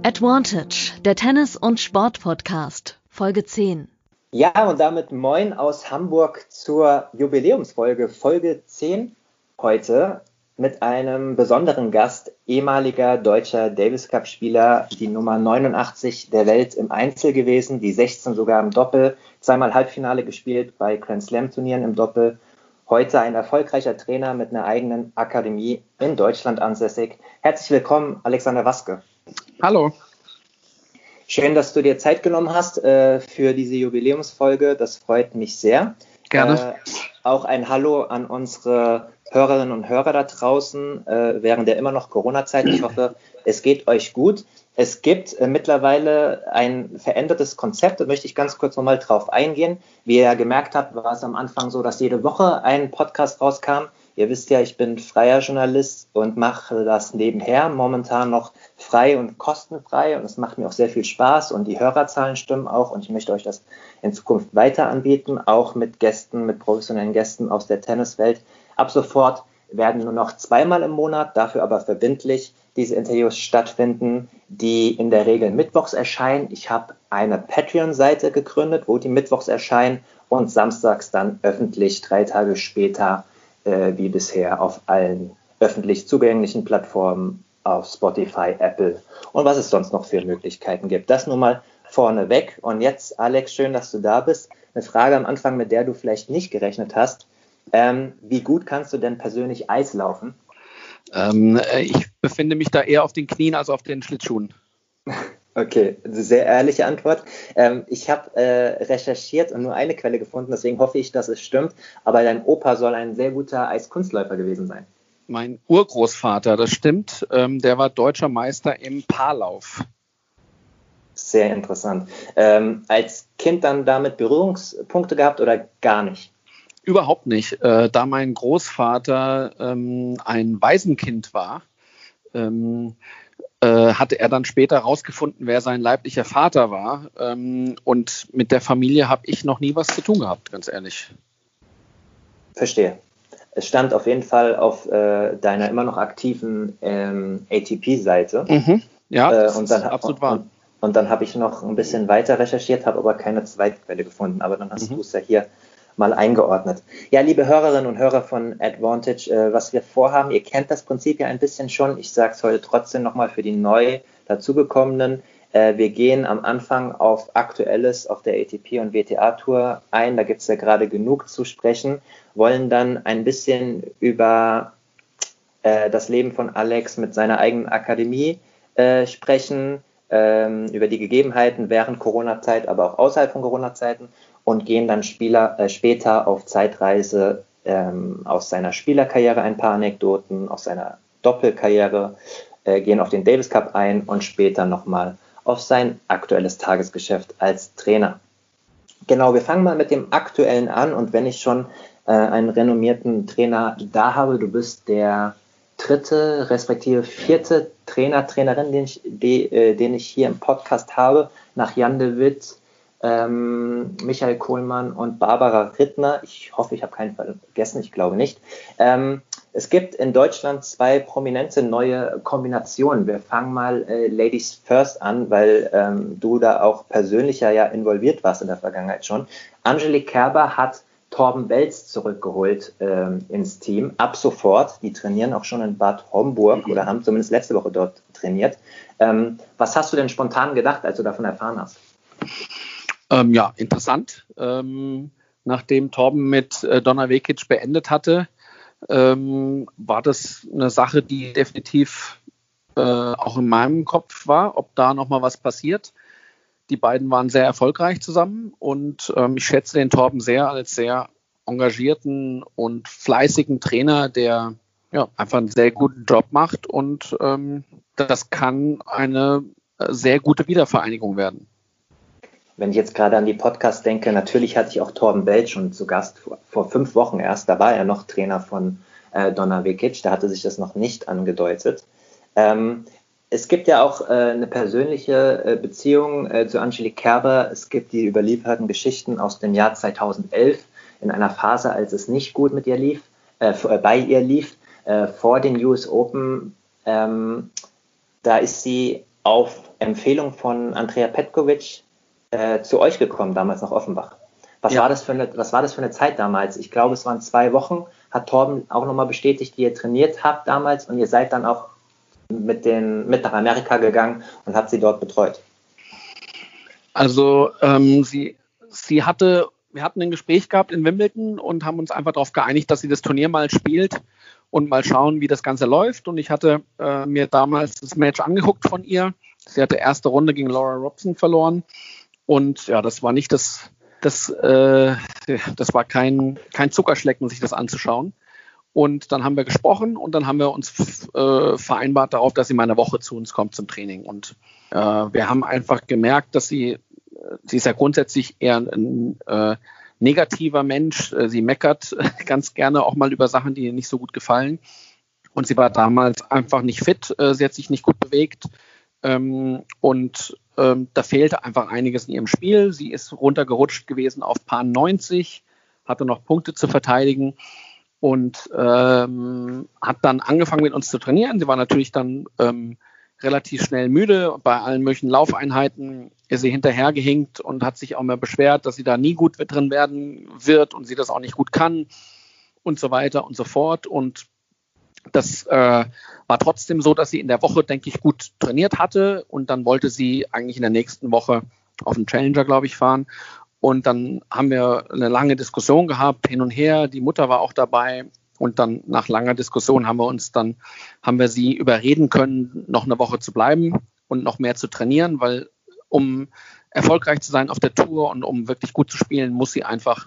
Advantage, der Tennis- und Sport-Podcast, Folge 10. Ja, und damit moin aus Hamburg zur Jubiläumsfolge, Folge 10. Heute mit einem besonderen Gast, ehemaliger deutscher Davis-Cup-Spieler, die Nummer 89 der Welt im Einzel gewesen, die 16 sogar im Doppel, zweimal Halbfinale gespielt bei Grand-Slam-Turnieren im Doppel. Heute ein erfolgreicher Trainer mit einer eigenen Akademie in Deutschland ansässig. Herzlich willkommen, Alexander Waske. Hallo. Schön, dass du dir Zeit genommen hast für diese Jubiläumsfolge. Das freut mich sehr. Gerne. Auch ein Hallo an unsere Hörerinnen und Hörer da draußen während der immer noch Corona-Zeit. Ich hoffe, es geht euch gut. Es gibt mittlerweile ein verändertes Konzept, da möchte ich ganz kurz nochmal drauf eingehen. Wie ihr ja gemerkt habt, war es am Anfang so, dass jede Woche ein Podcast rauskam. Ihr wisst ja, ich bin freier Journalist und mache das nebenher, momentan noch frei und kostenfrei, und es macht mir auch sehr viel Spaß und die Hörerzahlen stimmen auch, und ich möchte euch das in Zukunft weiter anbieten, auch mit Gästen, mit professionellen Gästen aus der Tenniswelt. Ab sofort werden nur noch zweimal im Monat, dafür aber verbindlich, diese Interviews stattfinden, die in der Regel mittwochs erscheinen. Ich habe eine Patreon-Seite gegründet, wo die mittwochs erscheinen, und samstags dann öffentlich 3 Tage später, wie bisher, auf allen öffentlich zugänglichen Plattformen, auf Spotify, Apple und was es sonst noch für Möglichkeiten gibt. Das nur mal vorneweg. Und jetzt, Alex, schön, dass du da bist. Eine Frage am Anfang, mit der du vielleicht nicht gerechnet hast. Wie gut kannst du denn persönlich Eis laufen? Ich befinde mich da eher auf den Knien als auf den Schlittschuhen. Okay, sehr ehrliche Antwort. Ich habe recherchiert und nur eine Quelle gefunden, deswegen hoffe ich, dass es stimmt. Aber dein Opa soll ein sehr guter Eiskunstläufer gewesen sein. Mein Urgroßvater, das stimmt, der war deutscher Meister im Paarlauf. Sehr interessant. Als Kind dann damit Berührungspunkte gehabt oder gar nicht? Überhaupt nicht. Da mein Großvater ein Waisenkind war, hatte er dann später herausgefunden, wer sein leiblicher Vater war. Und mit der Familie habe ich noch nie was zu tun gehabt, ganz ehrlich. Verstehe. Es stand auf jeden Fall auf deiner immer noch aktiven ATP-Seite. Mhm. Ja, das und dann, ist absolut wahr. Und dann habe ich noch ein bisschen weiter recherchiert, habe aber keine Zweitquelle gefunden. Aber dann hast du es ja hier mal eingeordnet. Ja, liebe Hörerinnen und Hörer von Advantage, was wir vorhaben, ihr kennt das Prinzip ja ein bisschen schon. Ich sage es heute trotzdem nochmal für die neu dazugekommenen. Wir gehen am Anfang auf Aktuelles auf der ATP- und WTA-Tour ein. Da gibt es ja gerade genug zu sprechen. Wollen dann ein bisschen über das Leben von Alex mit seiner eigenen Akademie sprechen, über die Gegebenheiten während Corona-Zeit, aber auch außerhalb von Corona-Zeiten, und gehen dann später auf Zeitreise aus seiner Spielerkarriere, ein paar Anekdoten aus seiner Doppelkarriere, gehen auf den Davis Cup ein und später nochmal auf sein aktuelles Tagesgeschäft als Trainer. Genau, wir fangen mal mit dem Aktuellen an, und wenn ich schon einen renommierten Trainer da habe, du bist der 3. respektive 4. Trainerin, den ich hier im Podcast habe, nach Jan de Witt, Michael Kohlmann und Barbara Rittner. Ich hoffe, ich habe keinen vergessen, ich glaube nicht. Es gibt in Deutschland 2 prominente neue Kombinationen. Wir fangen mal Ladies First an, weil du da auch persönlicher ja involviert warst in der Vergangenheit schon. Angelique Kerber hat Torben Belz zurückgeholt ins Team, ab sofort. Die trainieren auch schon in Bad Homburg oder haben zumindest letzte Woche dort trainiert. Was hast du denn spontan gedacht, als du davon erfahren hast? Ja, interessant. Nachdem Torben mit Donna Vekic beendet hatte, war das eine Sache, die definitiv auch in meinem Kopf war, ob da nochmal was passiert. Die beiden waren sehr erfolgreich zusammen, und ich schätze den Torben sehr als sehr engagierten und fleißigen Trainer, der einfach einen sehr guten Job macht, und das kann eine sehr gute Wiedervereinigung werden. Wenn ich jetzt gerade an die Podcasts denke, natürlich hatte ich auch Torben Belz schon zu Gast, vor 5 Wochen erst. Da war er noch Trainer von Donna Vekic, da hatte sich das noch nicht angedeutet. Es gibt ja auch eine persönliche Beziehung zu Angelique Kerber. Es gibt die überlieferten Geschichten aus dem Jahr 2011, in einer Phase, als es nicht gut mit ihr lief, bei ihr lief, vor den US Open. Da ist sie auf Empfehlung von Andrea Petkovic zu euch gekommen, damals nach Offenbach. Was war das für eine Zeit damals? Ich glaube, es waren 2 Wochen, hat Torben auch nochmal bestätigt, die ihr trainiert habt damals, und ihr seid dann auch mit nach Amerika gegangen und habt sie dort betreut. Also wir hatten ein Gespräch gehabt in Wimbledon und haben uns einfach darauf geeinigt, dass sie das Turnier mal spielt und mal schauen, wie das Ganze läuft. Und ich hatte mir damals das Match angeguckt von ihr. Sie hatte erste Runde gegen Laura Robson verloren. Und ja, das war nicht das war kein Zuckerschlecken, sich das anzuschauen. Und dann haben wir gesprochen und dann haben wir uns vereinbart darauf, dass sie mal eine Woche zu uns kommt zum Training. Und wir haben einfach gemerkt, dass sie ist ja grundsätzlich eher ein negativer Mensch. Sie meckert ganz gerne auch mal über Sachen, die ihr nicht so gut gefallen. Und sie war damals einfach nicht fit. Sie hat sich nicht gut bewegt. Da fehlte einfach einiges in ihrem Spiel. Sie ist runtergerutscht gewesen auf Paar 90, hatte noch Punkte zu verteidigen und hat dann angefangen mit uns zu trainieren. Sie war natürlich dann relativ schnell müde. Bei allen möglichen Laufeinheiten ist sie hinterhergehinkt und hat sich auch mal beschwert, dass sie da nie gut drin werden wird und sie das auch nicht gut kann und so weiter und so fort. Und das war trotzdem so, dass sie in der Woche, denke ich, gut trainiert hatte. Und dann wollte sie eigentlich in der nächsten Woche auf den Challenger, glaube ich, fahren. Und dann haben wir eine lange Diskussion gehabt, hin und her. Die Mutter war auch dabei. Und dann nach langer Diskussion haben wir sie überreden können, noch eine Woche zu bleiben und noch mehr zu trainieren, weil um erfolgreich zu sein auf der Tour und um wirklich gut zu spielen, muss sie einfach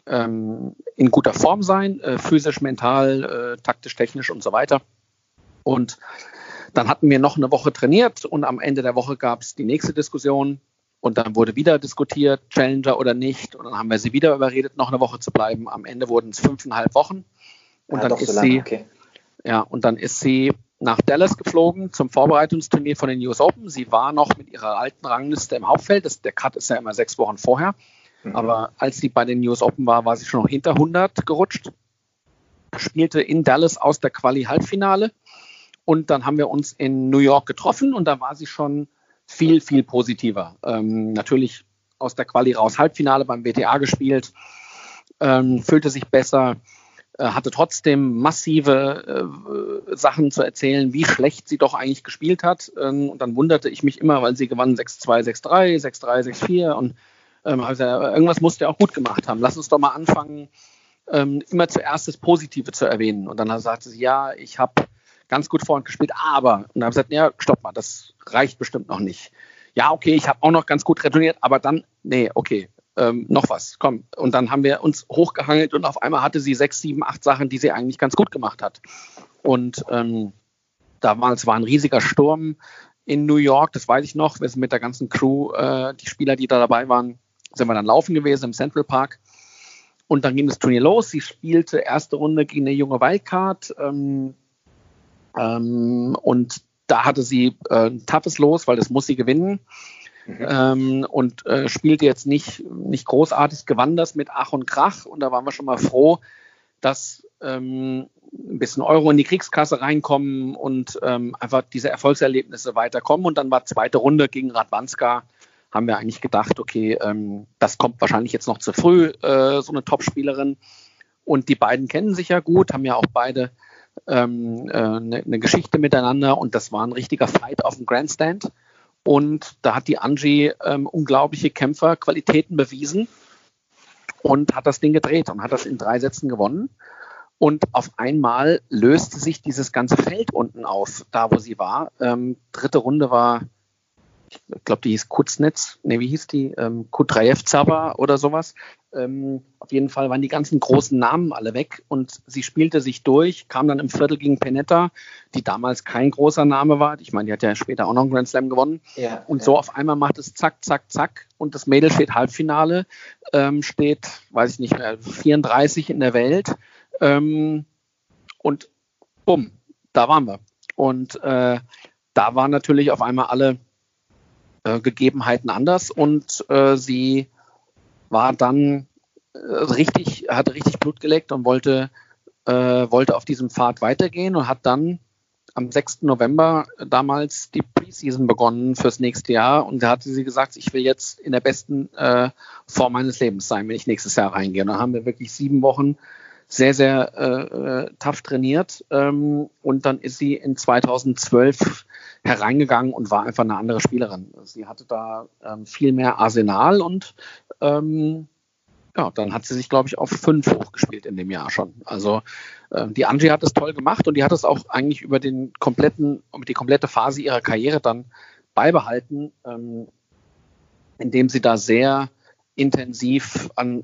in guter Form sein, physisch, mental, taktisch, technisch und so weiter. Und dann hatten wir noch eine Woche trainiert und am Ende der Woche gab es die nächste Diskussion und dann wurde wieder diskutiert, Challenger oder nicht. Und dann haben wir sie wieder überredet, noch eine Woche zu bleiben. Am Ende wurden es 5,5 Wochen. Und dann ist sie, okay. Ja, und dann ist sie nach Dallas geflogen zum Vorbereitungsturnier von den US Open. Sie war noch mit ihrer alten Rangliste im Hauptfeld. Der Cut ist ja immer 6 Wochen vorher. Aber als sie bei den US Open war sie schon noch hinter 100 gerutscht. Spielte in Dallas aus der Quali-Halbfinale. Und dann haben wir uns in New York getroffen und da war sie schon viel, viel positiver. Natürlich aus der Quali raus Halbfinale beim WTA gespielt, fühlte sich besser, hatte trotzdem massive Sachen zu erzählen, wie schlecht sie doch eigentlich gespielt hat. Und dann wunderte ich mich immer, weil sie gewann 6-2, 6-3, 6-3, 6-4 und also irgendwas musste er auch gut gemacht haben. Lass uns doch mal anfangen, immer zuerst das Positive zu erwähnen. Und dann sagte sie, ja, ich habe ganz gut vorhin gespielt, aber, und dann habe ich gesagt, ja, stopp mal, das reicht bestimmt noch nicht. Ja, okay, ich habe auch noch ganz gut retourniert, aber dann, nee, okay, noch was, komm. Und dann haben wir uns hochgehangelt und auf einmal hatte sie 6, 7, 8 Sachen, die sie eigentlich ganz gut gemacht hat. Und damals war ein riesiger Sturm in New York, das weiß ich noch, wir sind mit der ganzen Crew, die Spieler, die da dabei waren, sind wir dann laufen gewesen im Central Park. Und dann ging das Turnier los. Sie spielte erste Runde gegen eine junge Wildcard. Und da hatte sie ein toughes Los, weil das muss sie gewinnen. Und spielte jetzt nicht großartig, gewann das mit Ach und Krach. Und da waren wir schon mal froh, dass ein bisschen Euro in die Kriegskasse reinkommen und einfach diese Erfolgserlebnisse weiterkommen. Und dann war zweite Runde gegen Radwanska. Haben wir eigentlich gedacht, okay, das kommt wahrscheinlich jetzt noch zu früh, so eine Top-Spielerin. Und die beiden kennen sich ja gut, haben ja auch beide eine Geschichte miteinander und das war ein richtiger Fight auf dem Grandstand. Und da hat die Angie unglaubliche Kämpferqualitäten bewiesen und hat das Ding gedreht und hat das in 3 Sätzen gewonnen. Und auf einmal löste sich dieses ganze Feld unten auf, da wo sie war. Dritte Runde war, ich glaube, die hieß Kuznets, wie hieß die? Kudrajevtsava oder sowas. Auf jeden Fall waren die ganzen großen Namen alle weg und sie spielte sich durch, kam dann im Viertel gegen Penetta, die damals kein großer Name war. Ich meine, die hat ja später auch noch einen Grand Slam gewonnen. Ja, und so auf einmal macht es zack, zack, zack und das Mädel steht Halbfinale, steht, weiß ich nicht mehr, 34 in der Welt und bumm, da waren wir. Und da waren natürlich auf einmal alle Gegebenheiten anders und sie war dann hatte richtig Blut geleckt und wollte auf diesem Pfad weitergehen und hat dann am 6. November damals die Preseason begonnen fürs nächste Jahr und da hatte sie gesagt, ich will jetzt in der besten Form meines Lebens sein, wenn ich nächstes Jahr reingehe. Und dann haben wir wirklich 7 Wochen sehr, sehr tough trainiert und dann ist sie in 2012 hereingegangen und war einfach eine andere Spielerin. Sie hatte da viel mehr Arsenal und ja, dann hat sie sich, glaube ich, auf 5 hochgespielt in dem Jahr schon. Also die Angie hat es toll gemacht und die hat es auch eigentlich über die komplette Phase ihrer Karriere dann beibehalten, indem sie da sehr intensiv an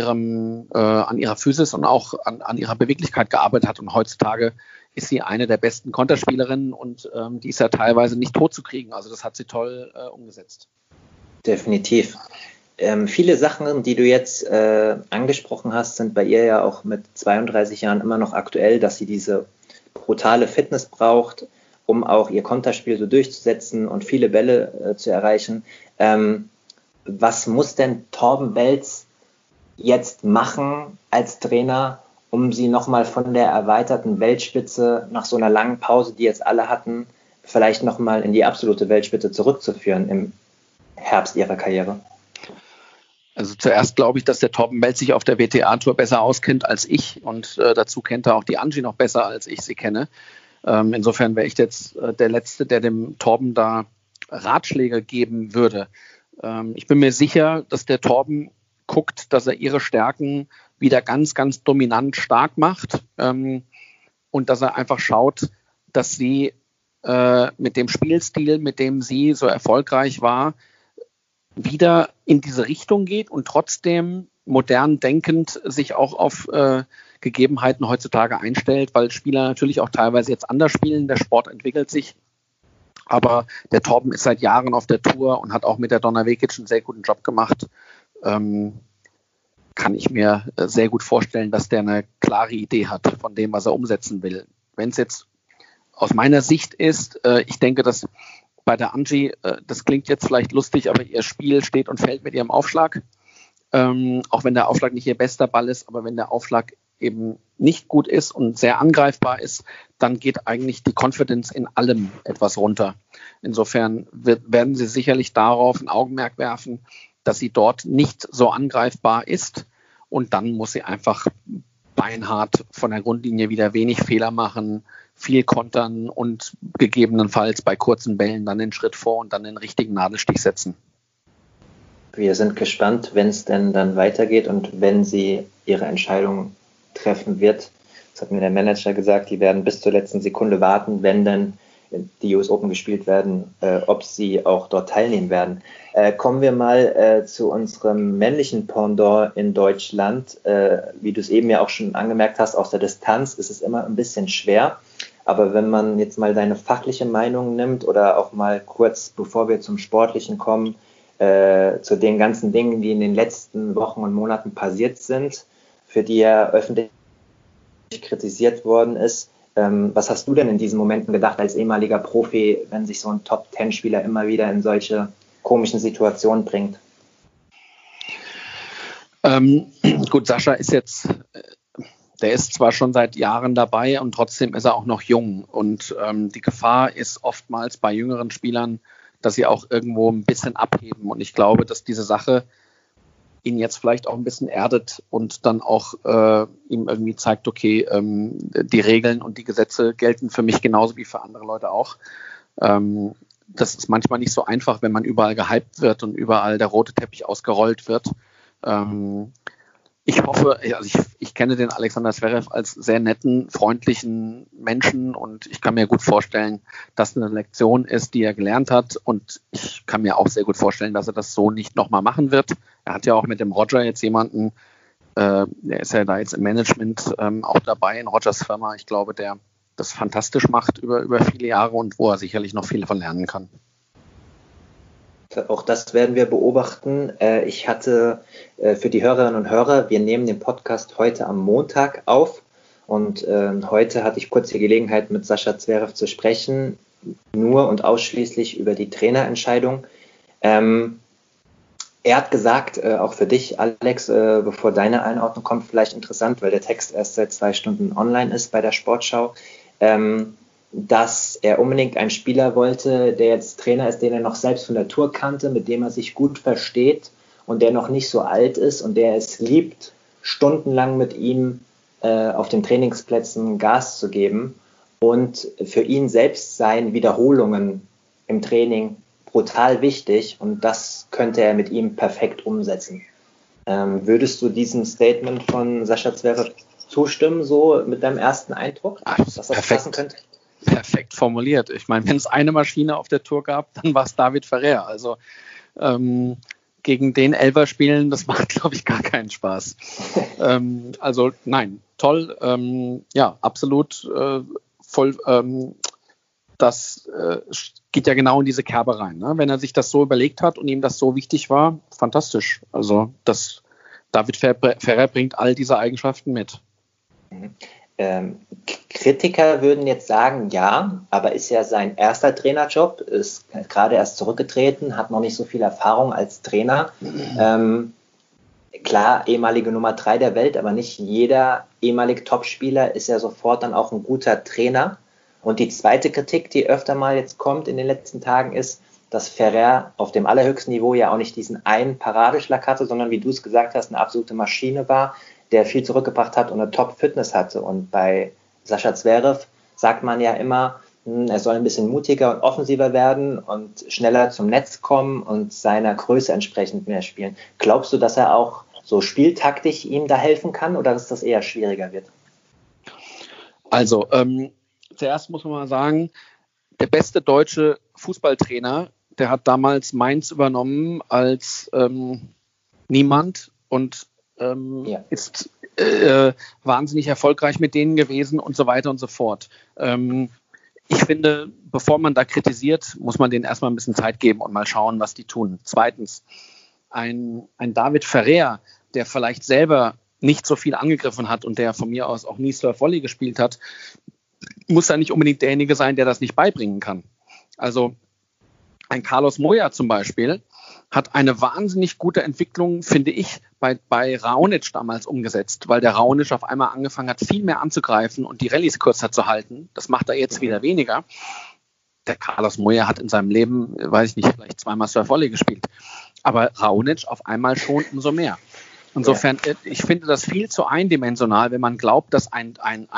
ihrer Physis und auch an ihrer Beweglichkeit gearbeitet hat. Und heutzutage ist sie eine der besten Konterspielerinnen und die ist ja teilweise nicht tot zu kriegen. Also das hat sie toll umgesetzt. Definitiv. Viele Sachen, die du jetzt angesprochen hast, sind bei ihr ja auch mit 32 Jahren immer noch aktuell, dass sie diese brutale Fitness braucht, um auch ihr Konterspiel so durchzusetzen und viele Bälle zu erreichen. Was muss denn Torben Welz jetzt machen als Trainer, um sie nochmal von der erweiterten Weltspitze nach so einer langen Pause, die jetzt alle hatten, vielleicht nochmal in die absolute Weltspitze zurückzuführen im Herbst ihrer Karriere? Also zuerst glaube ich, dass der Torben Welz sich auf der WTA-Tour besser auskennt als ich und dazu kennt er auch die Angie noch besser, als ich sie kenne. Insofern wäre ich jetzt der Letzte, der dem Torben da Ratschläge geben würde. Ich bin mir sicher, dass der Torben guckt, dass er ihre Stärken wieder ganz, ganz dominant stark macht und dass er einfach schaut, dass sie mit dem Spielstil, mit dem sie so erfolgreich war, wieder in diese Richtung geht und trotzdem modern denkend sich auch auf Gegebenheiten heutzutage einstellt, weil Spieler natürlich auch teilweise jetzt anders spielen, der Sport entwickelt sich. Aber der Torben ist seit Jahren auf der Tour und hat auch mit der Donna Vekic einen sehr guten Job gemacht. Kann ich mir sehr gut vorstellen, dass der eine klare Idee hat von dem, was er umsetzen will. Wenn es jetzt aus meiner Sicht ist, ich denke, dass bei der Angie, das klingt jetzt vielleicht lustig, aber ihr Spiel steht und fällt mit ihrem Aufschlag. Auch wenn der Aufschlag nicht ihr bester Ball ist, aber wenn der Aufschlag eben nicht gut ist und sehr angreifbar ist, dann geht eigentlich die Confidence in allem etwas runter. Insofern werden sie sicherlich darauf ein Augenmerk werfen, dass sie dort nicht so angreifbar ist und dann muss sie einfach beinhart von der Grundlinie wieder wenig Fehler machen, viel kontern und gegebenenfalls bei kurzen Bällen dann den Schritt vor und dann den richtigen Nadelstich setzen. Wir sind gespannt, wenn es denn dann weitergeht und wenn sie ihre Entscheidung treffen wird. Das hat mir der Manager gesagt, die werden bis zur letzten Sekunde warten, wenn dann die US Open gespielt werden, ob sie auch dort teilnehmen werden. Kommen wir mal zu unserem männlichen Pendant in Deutschland. Wie du es eben ja auch schon angemerkt hast, aus der Distanz ist es immer ein bisschen schwer. Aber wenn man jetzt mal deine fachliche Meinung nimmt oder auch mal kurz, bevor wir zum Sportlichen kommen, zu den ganzen Dingen, die in den letzten Wochen und Monaten passiert sind, für die er öffentlich kritisiert worden ist. Was hast du denn in diesen Momenten gedacht als ehemaliger Profi, wenn sich so ein Top-10-Spieler immer wieder in solche komischen Situationen bringt? Gut, Sascha ist jetzt, der ist zwar schon seit Jahren dabei und trotzdem ist er auch noch jung. Und die Gefahr ist oftmals bei jüngeren Spielern, dass sie auch irgendwo ein bisschen abheben. Und ich glaube, dass diese Sache ihn jetzt vielleicht auch ein bisschen erdet und dann auch ihm irgendwie zeigt, okay, die Regeln und die Gesetze gelten für mich genauso wie für andere Leute auch. Das ist manchmal nicht so einfach, wenn man überall gehypt wird und überall der rote Teppich ausgerollt wird. Ich hoffe, also ich kenne den Alexander Zverev als sehr netten, freundlichen Menschen und ich kann mir gut vorstellen, dass eine Lektion ist, die er gelernt hat und ich kann mir auch sehr gut vorstellen, dass er das so nicht nochmal machen wird. Er hat ja auch mit dem Roger jetzt jemanden, der ist ja da jetzt im Management auch dabei in Rogers Firma. Ich glaube, der das fantastisch macht über viele Jahre und wo er sicherlich noch viel von lernen kann. Auch das werden wir beobachten. Ich hatte für die Hörerinnen und Hörer, wir nehmen den Podcast heute am Montag auf und heute hatte ich kurz die Gelegenheit, mit Sascha Zverev zu sprechen, nur und ausschließlich über die Trainerentscheidung. Er hat gesagt, auch für dich, Alex, bevor deine Einordnung kommt, vielleicht interessant, weil der Text erst seit 2 Stunden online ist bei der Sportschau. dass er unbedingt einen Spieler wollte, der jetzt Trainer ist, den er noch selbst von der Tour kannte, mit dem er sich gut versteht und der noch nicht so alt ist und der es liebt, stundenlang mit ihm auf den Trainingsplätzen Gas zu geben und für ihn selbst seien Wiederholungen im Training brutal wichtig und das könnte er mit ihm perfekt umsetzen. Würdest du diesem Statement von Sascha Zverev zustimmen, so mit deinem ersten Eindruck, dass das passen könnte? Perfekt formuliert. Ich meine, wenn es eine Maschine auf der Tour gab, dann war es David Ferrer. Also gegen den Elfer spielen, das macht, glaube ich, gar keinen Spaß. Also nein, toll. Ja, absolut voll. Das geht ja genau in diese Kerbe rein. Ne? Wenn er sich das so überlegt hat und ihm das so wichtig war, fantastisch. Also David Ferrer bringt all diese Eigenschaften mit. Kritiker würden jetzt sagen, ja, aber ist ja sein erster Trainerjob, ist gerade erst zurückgetreten, hat noch nicht so viel Erfahrung als Trainer. Klar, ehemalige Nummer 3 der Welt, aber nicht jeder ehemalige Topspieler ist ja sofort dann auch ein guter Trainer. Und die zweite Kritik, die öfter mal jetzt kommt in den letzten Tagen, ist, dass Ferrer auf dem allerhöchsten Niveau ja auch nicht diesen einen Paradeschlag hatte, sondern wie du es gesagt hast, eine absolute Maschine war, der viel zurückgebracht hat und eine Top-Fitness hatte. Und bei Sascha Zverev sagt man ja immer, er soll ein bisschen mutiger und offensiver werden und schneller zum Netz kommen und seiner Größe entsprechend mehr spielen. Glaubst du, dass er auch so spieltaktisch ihm da helfen kann oder dass das eher schwieriger wird? Also, zuerst muss man mal sagen, der beste deutsche Fußballtrainer, der hat damals Mainz übernommen als niemand und ist wahnsinnig erfolgreich mit denen gewesen und so weiter und so fort. Ich finde, bevor man da kritisiert, muss man denen erstmal ein bisschen Zeit geben und mal schauen, was die tun. Zweitens, ein David Ferrer, der vielleicht selber nicht so viel angegriffen hat und der von mir aus auch nie Serve Volley gespielt hat, muss ja nicht unbedingt derjenige sein, der das nicht beibringen kann. Also ein Carlos Moya zum Beispiel hat eine wahnsinnig gute Entwicklung, finde ich, bei Raonic damals umgesetzt, weil der Raonic auf einmal angefangen hat, viel mehr anzugreifen und die Rallyes kürzer zu halten. Das macht er jetzt wieder weniger. Der Carlos Moya hat in seinem Leben, weiß ich nicht, vielleicht zweimal Serve Volley gespielt. Aber Raonic auf einmal schon umso mehr. Insofern, ich finde das viel zu eindimensional, wenn man glaubt, dass ein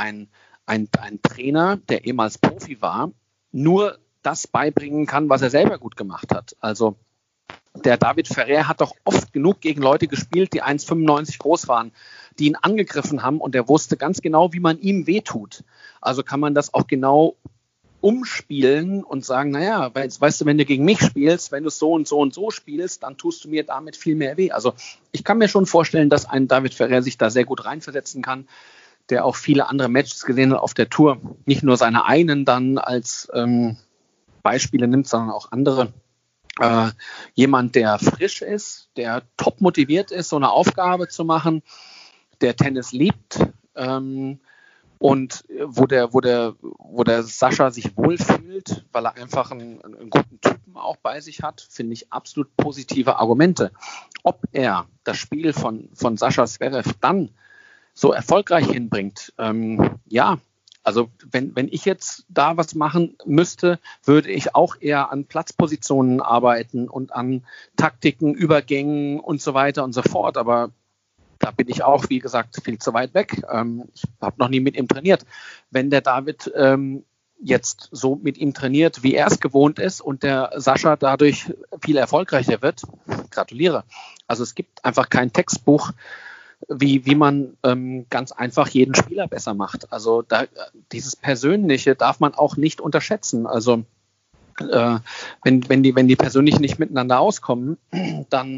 Trainer, der ehemals Profi war, nur das beibringen kann, was er selber gut gemacht hat. Also der David Ferrer hat doch oft genug gegen Leute gespielt, die 1,95 groß waren, die ihn angegriffen haben und er wusste ganz genau, wie man ihm wehtut. Also kann man das auch genau umspielen und sagen, naja, weißt du, wenn du gegen mich spielst, wenn du so und so und so spielst, dann tust du mir damit viel mehr weh. Also ich kann mir schon vorstellen, dass ein David Ferrer sich da sehr gut reinversetzen kann, der auch viele andere Matches gesehen hat auf der Tour, nicht nur seine eigenen dann als Beispiele nimmt, sondern auch andere. Jemand, der frisch ist, der top motiviert ist, so eine Aufgabe zu machen, der Tennis liebt und wo der Sascha sich wohlfühlt, weil er einfach einen guten Typen auch bei sich hat, finde ich absolut positive Argumente. Ob er das Spiel von Sascha Zverev dann so erfolgreich hinbringt, also wenn ich jetzt da was machen müsste, würde ich auch eher an Platzpositionen arbeiten und an Taktiken, Übergängen und so weiter und so fort. Aber da bin ich auch, wie gesagt, viel zu weit weg. Ich habe noch nie mit ihm trainiert. Wenn der David jetzt so mit ihm trainiert, wie er es gewohnt ist und der Sascha dadurch viel erfolgreicher wird, gratuliere. Also es gibt einfach kein Textbuch, wie man ganz einfach jeden Spieler besser macht. Also dieses Persönliche darf man auch nicht unterschätzen. Also wenn die persönlich nicht miteinander auskommen, dann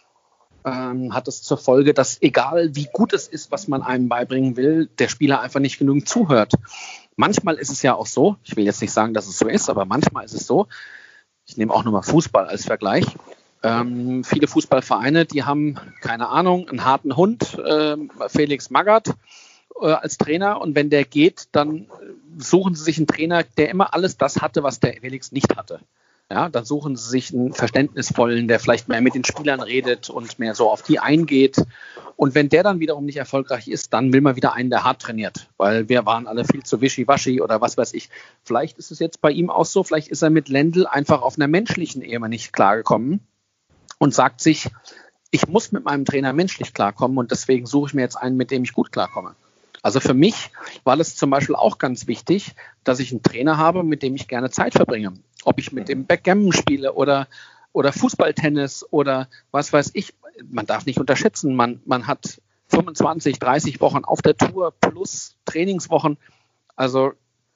hat es zur Folge, dass egal wie gut es ist, was man einem beibringen will, der Spieler einfach nicht genügend zuhört. Manchmal ist es ja auch so, ich will jetzt nicht sagen, dass es so ist, aber manchmal ist es so, ich nehme auch nochmal Fußball als Vergleich. Viele Fußballvereine, die haben, keine Ahnung, einen harten Hund, Felix Magath als Trainer, und wenn der geht, dann suchen sie sich einen Trainer, der immer alles das hatte, was der Felix nicht hatte. Ja, dann suchen sie sich einen Verständnisvollen, der vielleicht mehr mit den Spielern redet und mehr so auf die eingeht. Und wenn der dann wiederum nicht erfolgreich ist, dann will man wieder einen, der hart trainiert, weil wir waren alle viel zu wischiwaschi oder was weiß ich. Vielleicht ist es jetzt bei ihm auch so, vielleicht ist er mit Lendl einfach auf einer menschlichen Ebene nicht klargekommen und sagt sich, ich muss mit meinem Trainer menschlich klarkommen und deswegen suche ich mir jetzt einen, mit dem ich gut klarkomme. Also für mich war es zum Beispiel auch ganz wichtig, dass ich einen Trainer habe, mit dem ich gerne Zeit verbringe. Ob ich mit dem Backgammon spiele oder Fußballtennis oder was weiß ich. Man darf nicht unterschätzen, man hat 25, 30 Wochen auf der Tour plus Trainingswochen. Also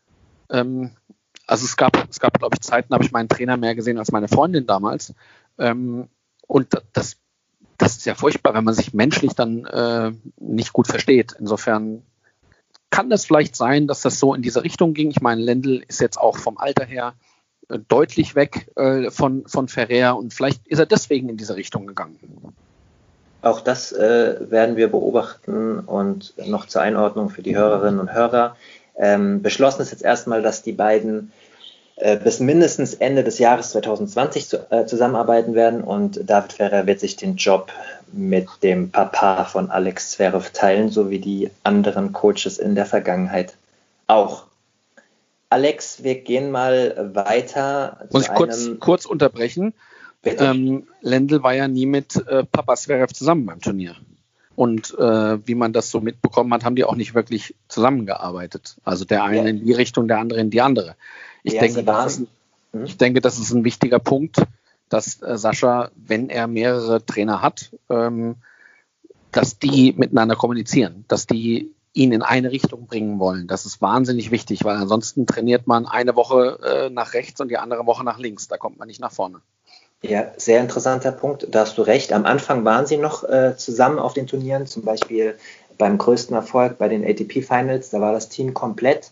es gab, glaube ich, Zeiten, da habe ich meinen Trainer mehr gesehen als meine Freundin damals. Und das ist ja furchtbar, wenn man sich menschlich dann nicht gut versteht. Insofern kann es vielleicht sein, dass das so in diese Richtung ging. Ich meine, Lendl ist jetzt auch vom Alter her deutlich weg von Ferrer und vielleicht ist er deswegen in diese Richtung gegangen. Auch das werden wir beobachten und noch zur Einordnung für die Hörerinnen und Hörer. Beschlossen ist jetzt erstmal, dass die beiden bis mindestens Ende des Jahres 2020 zusammenarbeiten werden und David Ferrer wird sich den Job mit dem Papa von Alex Zverev teilen, so wie die anderen Coaches in der Vergangenheit auch. Alex, wir gehen mal weiter. Muss ich kurz unterbrechen? Lendl war ja nie mit Papa Zverev zusammen beim Turnier. Und wie man das so mitbekommen hat, haben die auch nicht wirklich zusammengearbeitet. Also der eine in die Richtung, der andere in die andere. Ich denke, das ist ein wichtiger Punkt, dass Sascha, wenn er mehrere Trainer hat, dass die miteinander kommunizieren, dass die ihn in eine Richtung bringen wollen. Das ist wahnsinnig wichtig, weil ansonsten trainiert man eine Woche nach rechts und die andere Woche nach links. Da kommt man nicht nach vorne. Ja, sehr interessanter Punkt. Da hast du recht. Am Anfang waren sie noch zusammen auf den Turnieren, zum Beispiel beim größten Erfolg bei den ATP Finals. Da war das Team komplett.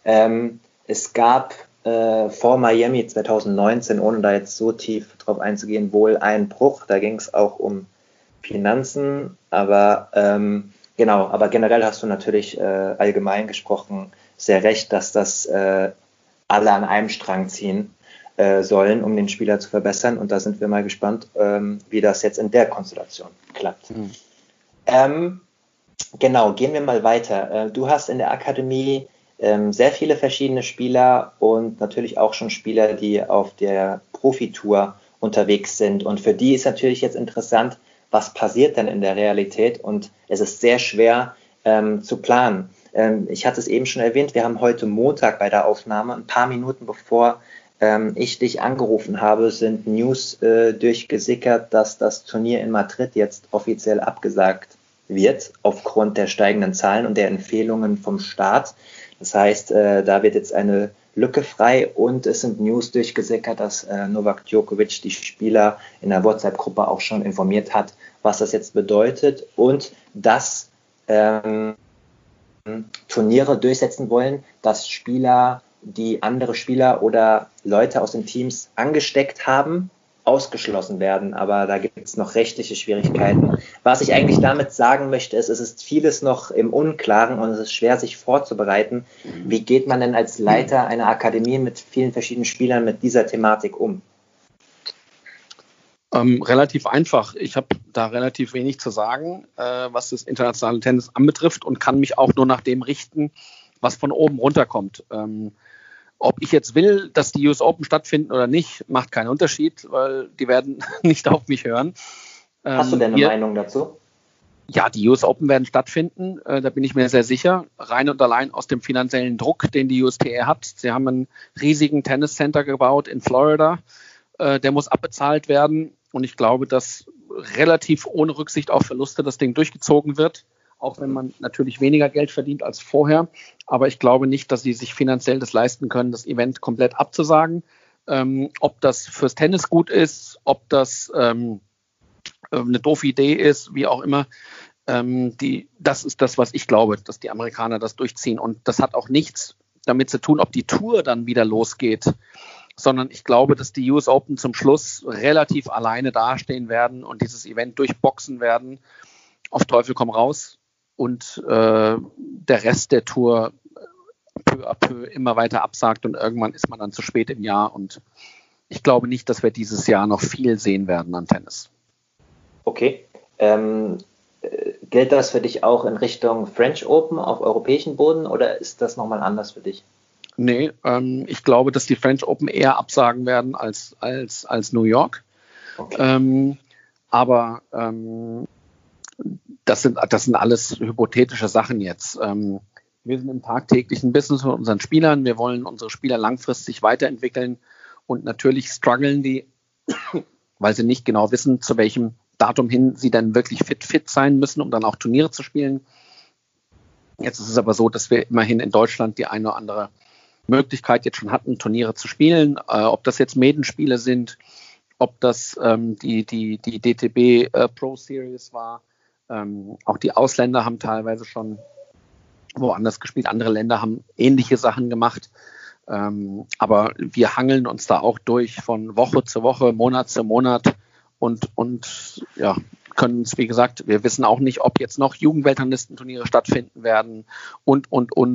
Es gab vor Miami 2019, ohne da jetzt so tief drauf einzugehen, wohl einen Bruch. Da ging es auch um Finanzen, aber aber generell hast du natürlich allgemein gesprochen sehr recht, dass das alle an einem Strang ziehen sollen, um den Spieler zu verbessern. Und da sind wir mal gespannt, wie das jetzt in der Konstellation klappt. Gehen wir mal weiter. Du hast in der Akademie sehr viele verschiedene Spieler und natürlich auch schon Spieler, die auf der Profitour unterwegs sind. Und für die ist natürlich jetzt interessant, was passiert denn in der Realität? Und es ist sehr schwer zu planen. Ich hatte es eben schon erwähnt, wir haben heute Montag bei der Aufnahme, ein paar Minuten bevor ich dich angerufen habe, sind News durchgesickert, dass das Turnier in Madrid jetzt offiziell abgesagt wird, aufgrund der steigenden Zahlen und der Empfehlungen vom Staat. Das heißt, da wird jetzt eine Lücke frei und es sind News durchgesickert, dass Novak Djokovic die Spieler in der WhatsApp-Gruppe auch schon informiert hat, was das jetzt bedeutet und dass Turniere durchsetzen wollen, dass Spieler, die andere Spieler oder Leute aus den Teams angesteckt haben, ausgeschlossen werden, aber da gibt es noch rechtliche Schwierigkeiten. Was ich eigentlich damit sagen möchte, ist, es ist vieles noch im Unklaren und es ist schwer, sich vorzubereiten. Wie geht man denn als Leiter einer Akademie mit vielen verschiedenen Spielern mit dieser Thematik um? Relativ einfach. Ich habe da relativ wenig zu sagen, was das internationale Tennis anbetrifft und kann mich auch nur nach dem richten, was von oben runterkommt. Ob ich jetzt will, dass die US Open stattfinden oder nicht, macht keinen Unterschied, weil die werden nicht auf mich hören. Hast du denn eine Meinung dazu? Ja, die US Open werden stattfinden, da bin ich mir sehr sicher. Rein und allein aus dem finanziellen Druck, den die USTA hat. Sie haben einen riesigen Tenniscenter gebaut in Florida. Der muss abbezahlt werden und ich glaube, dass relativ ohne Rücksicht auf Verluste das Ding durchgezogen wird. Auch wenn man natürlich weniger Geld verdient als vorher. Aber ich glaube nicht, dass sie sich finanziell das leisten können, das Event komplett abzusagen. Ob das fürs Tennis gut ist, ob das eine doofe Idee ist, wie auch immer. Das ist das, was ich glaube, dass die Amerikaner das durchziehen. Und das hat auch nichts damit zu tun, ob die Tour dann wieder losgeht. Sondern ich glaube, dass die US Open zum Schluss relativ alleine dastehen werden und dieses Event durchboxen werden. Auf Teufel komm raus. Und der Rest der Tour peu à peu immer weiter absagt und irgendwann ist man dann zu spät im Jahr und ich glaube nicht, dass wir dieses Jahr noch viel sehen werden an Tennis. Okay. Gilt das für dich auch in Richtung French Open auf europäischem Boden oder ist das nochmal anders für dich? Nee, ich glaube, dass die French Open eher absagen werden als New York. Okay. Aber das sind alles hypothetische Sachen jetzt. Wir sind im tagtäglichen Business mit unseren Spielern. Wir wollen unsere Spieler langfristig weiterentwickeln. Und natürlich strugglen die, weil sie nicht genau wissen, zu welchem Datum hin sie dann wirklich fit sein müssen, um dann auch Turniere zu spielen. Jetzt ist es aber so, dass wir immerhin in Deutschland die eine oder andere Möglichkeit jetzt schon hatten, Turniere zu spielen. Ob das jetzt Medenspiele sind, ob das die DTB Pro Series war. Auch die Ausländer haben teilweise schon woanders gespielt. Andere Länder haben ähnliche Sachen gemacht. Aber wir hangeln uns da auch durch von Woche zu Woche, Monat zu Monat und ja, können uns, wie gesagt, wir wissen auch nicht, ob jetzt noch Jugendweltranglistenturniere stattfinden werden und.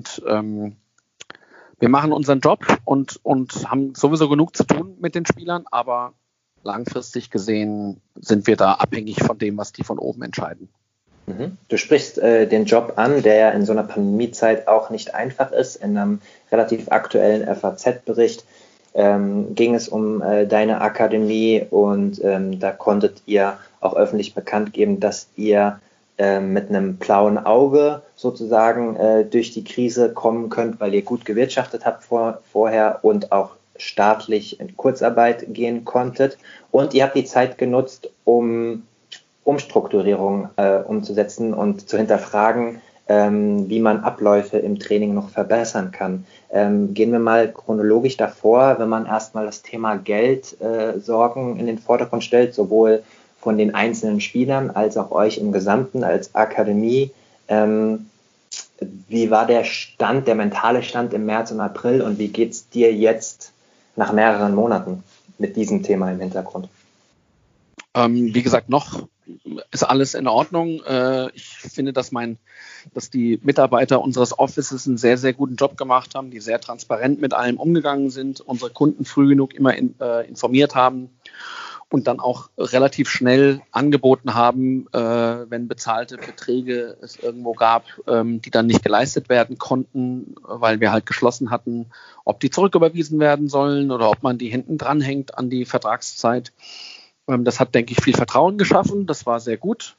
Wir machen unseren Job und haben sowieso genug zu tun mit den Spielern, aber langfristig gesehen sind wir da abhängig von dem, was die von oben entscheiden. Du sprichst den Job an, der ja in so einer Pandemiezeit auch nicht einfach ist. In einem relativ aktuellen FAZ-Bericht ging es um deine Akademie und da konntet ihr auch öffentlich bekannt geben, dass ihr mit einem blauen Auge sozusagen durch die Krise kommen könnt, weil ihr gut gewirtschaftet habt vorher und auch staatlich in Kurzarbeit gehen konntet. Und ihr habt die Zeit genutzt, um Umstrukturierung umzusetzen und zu hinterfragen, wie man Abläufe im Training noch verbessern kann. Gehen wir mal chronologisch davor, wenn man erstmal das Thema Geldsorgen in den Vordergrund stellt, sowohl von den einzelnen Spielern als auch euch im Gesamten als Akademie. Wie war der mentale Stand im März und April und wie geht es dir jetzt nach mehreren Monaten mit diesem Thema im Hintergrund? Wie gesagt, noch ist alles in Ordnung. Ich finde, dass die Mitarbeiter unseres Offices einen sehr, sehr guten Job gemacht haben, die sehr transparent mit allem umgegangen sind, unsere Kunden früh genug immer informiert haben und dann auch relativ schnell angeboten haben, wenn bezahlte Beträge es irgendwo gab, die dann nicht geleistet werden konnten, weil wir halt geschlossen hatten, ob die zurücküberwiesen werden sollen oder ob man die hinten dranhängt an die Vertragszeit. Das hat, denke ich, viel Vertrauen geschaffen. Das war sehr gut.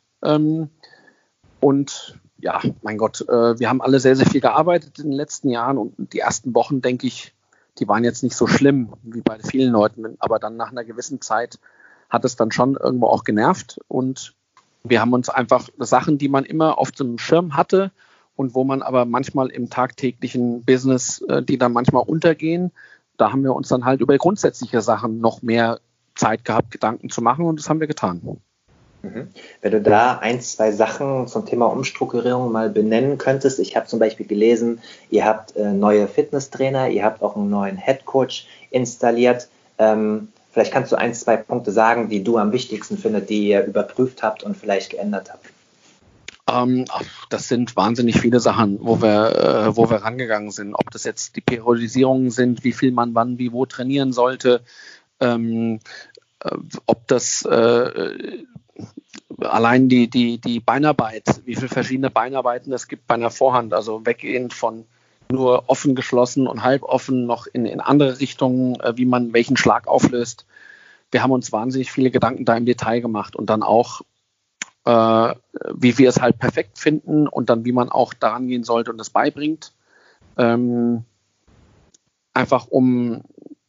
Und ja, mein Gott, wir haben alle sehr, sehr viel gearbeitet in den letzten Jahren und die ersten Wochen, denke ich, die waren jetzt nicht so schlimm wie bei vielen Leuten. Aber dann nach einer gewissen Zeit hat es dann schon irgendwo auch genervt. Und wir haben uns einfach Sachen, die man immer auf dem Schirm hatte und wo man aber manchmal im tagtäglichen Business, die dann manchmal untergehen, da haben wir uns dann halt über grundsätzliche Sachen noch mehr Zeit gehabt, Gedanken zu machen und das haben wir getan. Wenn du da 1, 2 Sachen zum Thema Umstrukturierung mal benennen könntest. Ich habe zum Beispiel gelesen, ihr habt neue Fitnesstrainer, ihr habt auch einen neuen Headcoach installiert. Vielleicht kannst du 1, 2 Punkte sagen, die du am wichtigsten findest, die ihr überprüft habt und vielleicht geändert habt. Das sind wahnsinnig viele Sachen, wo wir rangegangen sind. Ob das jetzt die Periodisierungen sind, wie viel man wann, wie wo trainieren sollte, ob das allein die Beinarbeit, wie viele verschiedene Beinarbeiten es gibt bei einer Vorhand, also weggehend von nur offen, geschlossen und halb offen noch in andere Richtungen, wie man welchen Schlag auflöst. Wir haben uns wahnsinnig viele Gedanken da im Detail gemacht und dann auch, wie wir es halt perfekt finden und dann wie man auch daran gehen sollte und das beibringt. Einfach um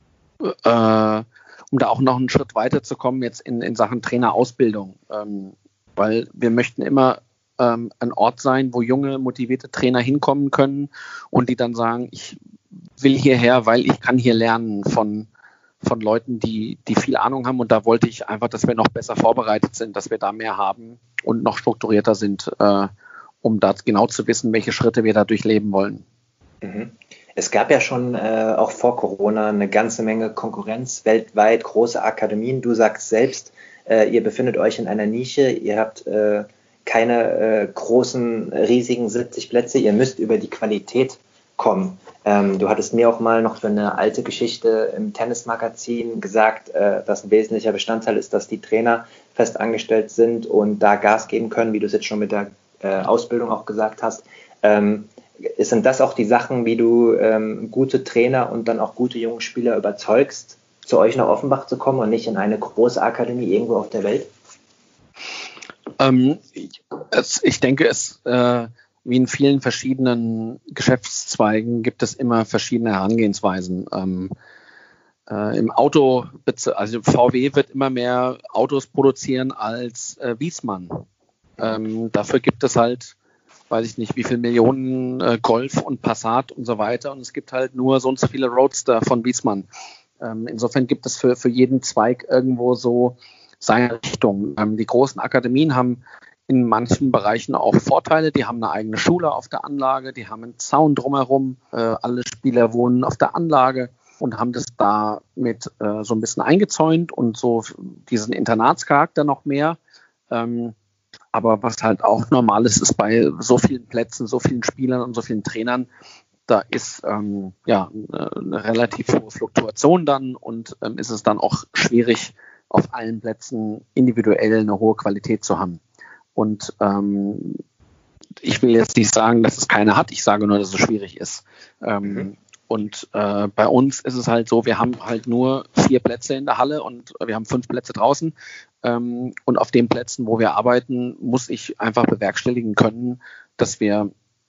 da auch noch einen Schritt weiterzukommen jetzt in Sachen Trainerausbildung. Weil wir möchten immer ein Ort sein, wo junge, motivierte Trainer hinkommen können und die dann sagen, ich will hierher, weil ich kann hier lernen von Leuten, die viel Ahnung haben und da wollte ich einfach, dass wir noch besser vorbereitet sind, dass wir da mehr haben und noch strukturierter sind, um da genau zu wissen, welche Schritte wir da durchleben wollen. Es gab ja schon auch vor Corona eine ganze Menge Konkurrenz, weltweit große Akademien. Du sagst selbst, ihr befindet euch in einer Nische, ihr habt keine großen, riesigen 70 Plätze, ihr müsst über die Qualität kommen. Du hattest mir auch mal noch für eine alte Geschichte im Tennismagazin gesagt, dass ein wesentlicher Bestandteil ist, dass die Trainer fest angestellt sind und da Gas geben können, wie du es jetzt schon mit der Ausbildung auch gesagt hast. Sind das auch die Sachen, wie du gute Trainer und dann auch gute junge Spieler überzeugst, zu euch nach Offenbach zu kommen und nicht in eine große Akademie irgendwo auf der Welt? Ich denke, wie in vielen verschiedenen Geschäftszweigen gibt es immer verschiedene Herangehensweisen. Im Auto, also VW wird immer mehr Autos produzieren als Wiesmann. Dafür gibt es halt, weiß ich nicht, wie viele Millionen Golf und Passat und so weiter. Und es gibt halt nur so und so viele Roadster von Wiesmann. Insofern gibt es für jeden Zweig irgendwo so seine Richtung. Die großen Akademien haben in manchen Bereichen auch Vorteile. Die haben eine eigene Schule auf der Anlage, die haben einen Zaun drumherum. Alle Spieler wohnen auf der Anlage und haben das da mit so ein bisschen eingezäunt und so diesen Internatscharakter noch mehr. Aber was halt auch normal ist bei so vielen Plätzen, so vielen Spielern und so vielen Trainern, da ist eine relativ hohe Fluktuation dann und ist es dann auch schwierig, auf allen Plätzen individuell eine hohe Qualität zu haben. Und ich will jetzt nicht sagen, dass es keine hat, ich sage nur, dass es schwierig ist. Und bei uns ist es halt so, wir haben halt nur 4 Plätze in der Halle und wir haben 5 Plätze draußen. Und auf den Plätzen, wo wir arbeiten, muss ich einfach bewerkstelligen können, dass wir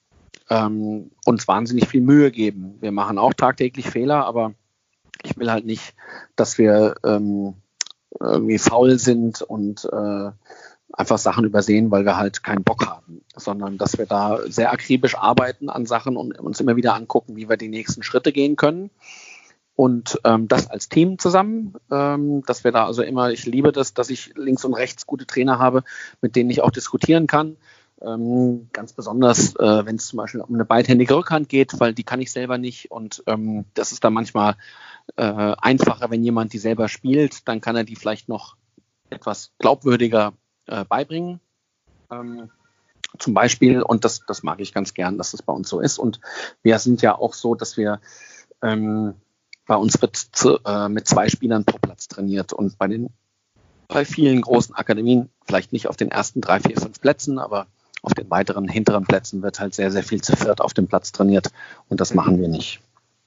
uns wahnsinnig viel Mühe geben. Wir machen auch tagtäglich Fehler, aber ich will halt nicht, dass wir irgendwie faul sind und einfach Sachen übersehen, weil wir halt keinen Bock haben, sondern dass wir da sehr akribisch arbeiten an Sachen und uns immer wieder angucken, wie wir die nächsten Schritte gehen können. Und das als Team zusammen, dass wir da also immer, ich liebe das, dass ich links und rechts gute Trainer habe, mit denen ich auch diskutieren kann. Ganz besonders, wenn es zum Beispiel um eine beidhändige Rückhand geht, weil die kann ich selber nicht und das ist dann manchmal einfacher, wenn jemand die selber spielt, dann kann er die vielleicht noch etwas glaubwürdiger beibringen. Zum Beispiel, und das mag ich ganz gern, dass das bei uns so ist. Und wir sind ja auch so, dass wir bei uns wird mit 2 Spielern pro Platz trainiert und bei vielen großen Akademien, vielleicht nicht auf den ersten 3, 4, 5 Plätzen, aber auf den weiteren hinteren Plätzen wird halt sehr, sehr viel zu viert auf dem Platz trainiert und das machen wir nicht.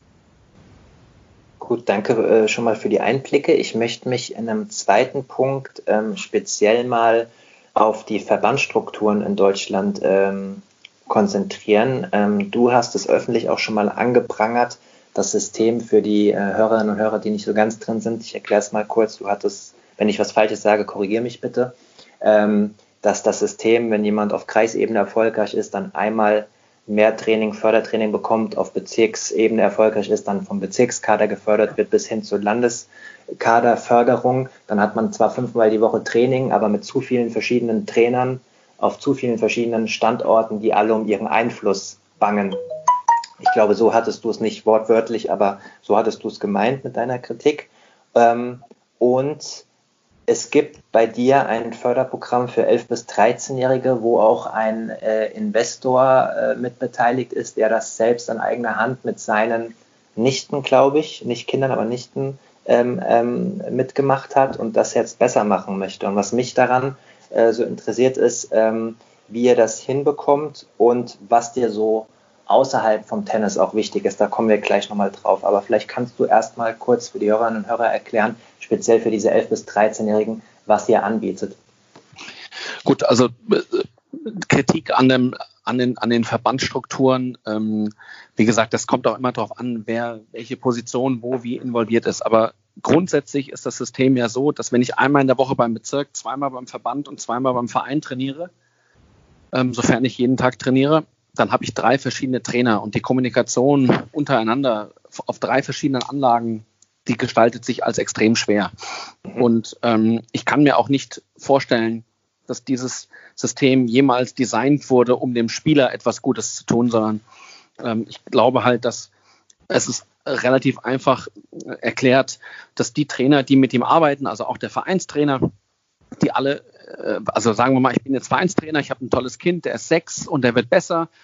Gut, danke schon mal für die Einblicke. Ich möchte mich in einem zweiten Punkt speziell mal auf die Verbandsstrukturen in Deutschland konzentrieren. Du hast es öffentlich auch schon mal angeprangert, das System für die Hörerinnen und Hörer, die nicht so ganz drin sind. Ich erkläre es mal kurz. Du hattest, wenn ich was Falsches sage, korrigiere mich bitte, dass das System, wenn jemand auf Kreisebene erfolgreich ist, dann einmal mehr Training, Fördertraining bekommt, auf Bezirksebene erfolgreich ist, dann vom Bezirkskader gefördert wird bis hin zur Landeskaderförderung. Dann hat man zwar 5-mal die Woche Training, aber mit zu vielen verschiedenen Trainern auf zu vielen verschiedenen Standorten, die alle um ihren Einfluss bangen. Ich glaube, so hattest du es nicht wortwörtlich, aber so hattest du es gemeint mit deiner Kritik. Und es gibt bei dir ein Förderprogramm für 11- bis 13-Jährige, wo auch ein Investor mit beteiligt ist, der das selbst an eigener Hand mit seinen Nichten, glaube ich, nicht Kindern, aber Nichten mitgemacht hat und das jetzt besser machen möchte. Und was mich daran so interessiert ist, wie ihr das hinbekommt und was dir so außerhalb vom Tennis auch wichtig ist. Da kommen wir gleich nochmal drauf. Aber vielleicht kannst du erst mal kurz für die Hörerinnen und Hörer erklären, speziell für diese 11- bis 13-Jährigen, was ihr anbietet. Gut, also Kritik an den Verbandsstrukturen. Wie gesagt, das kommt auch immer darauf an, wer welche Position wo wie involviert ist. Aber grundsätzlich ist das System ja so, dass wenn ich einmal in der Woche beim Bezirk, 2-mal beim Verband und 2-mal beim Verein trainiere, sofern ich jeden Tag trainiere, dann habe ich 3 verschiedene Trainer und die Kommunikation untereinander auf 3 verschiedenen Anlagen, die gestaltet sich als extrem schwer. Und ich kann mir auch nicht vorstellen, dass dieses System jemals designt wurde, um dem Spieler etwas Gutes zu tun, sondern ich glaube halt, dass es ist relativ einfach erklärt, dass die Trainer, die mit ihm arbeiten, also auch der Vereinstrainer, die alle, also sagen wir mal, ich bin jetzt Vereinstrainer, ich habe ein tolles Kind, der ist 6 und der wird besser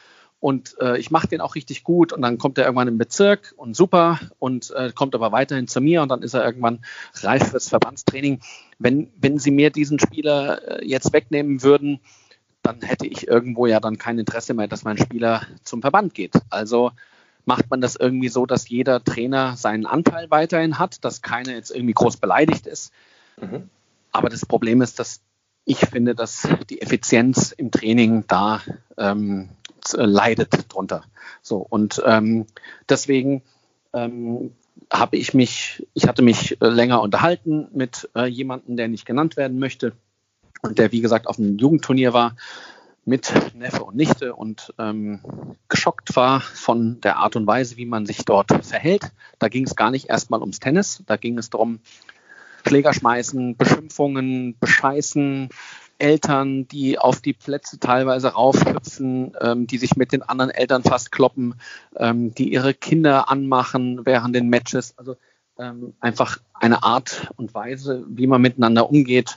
und ich mache den auch richtig gut und dann kommt er irgendwann im Bezirk und super und kommt aber weiterhin zu mir und dann ist er irgendwann reif fürs Verbandstraining. Wenn Sie mir diesen Spieler jetzt wegnehmen würden, dann hätte ich irgendwo ja dann kein Interesse mehr, dass mein Spieler zum Verband geht. Also macht man das irgendwie so, dass jeder Trainer seinen Anteil weiterhin hat, dass keiner jetzt irgendwie groß beleidigt ist. Mhm. Aber das Problem ist, dass ich finde, dass die Effizienz im Training da leidet drunter. So, und deswegen hatte ich mich länger unterhalten mit jemandem, der nicht genannt werden möchte und der, wie gesagt, auf einem Jugendturnier war mit Neffe und Nichte und geschockt war von der Art und Weise, wie man sich dort verhält. Da ging es gar nicht erstmal ums Tennis, da ging es darum, Schläger schmeißen, Beschimpfungen, Bescheißen, Eltern, die auf die Plätze teilweise raufhüpfen, die sich mit den anderen Eltern fast kloppen, die ihre Kinder anmachen während den Matches. Also einfach eine Art und Weise, wie man miteinander umgeht,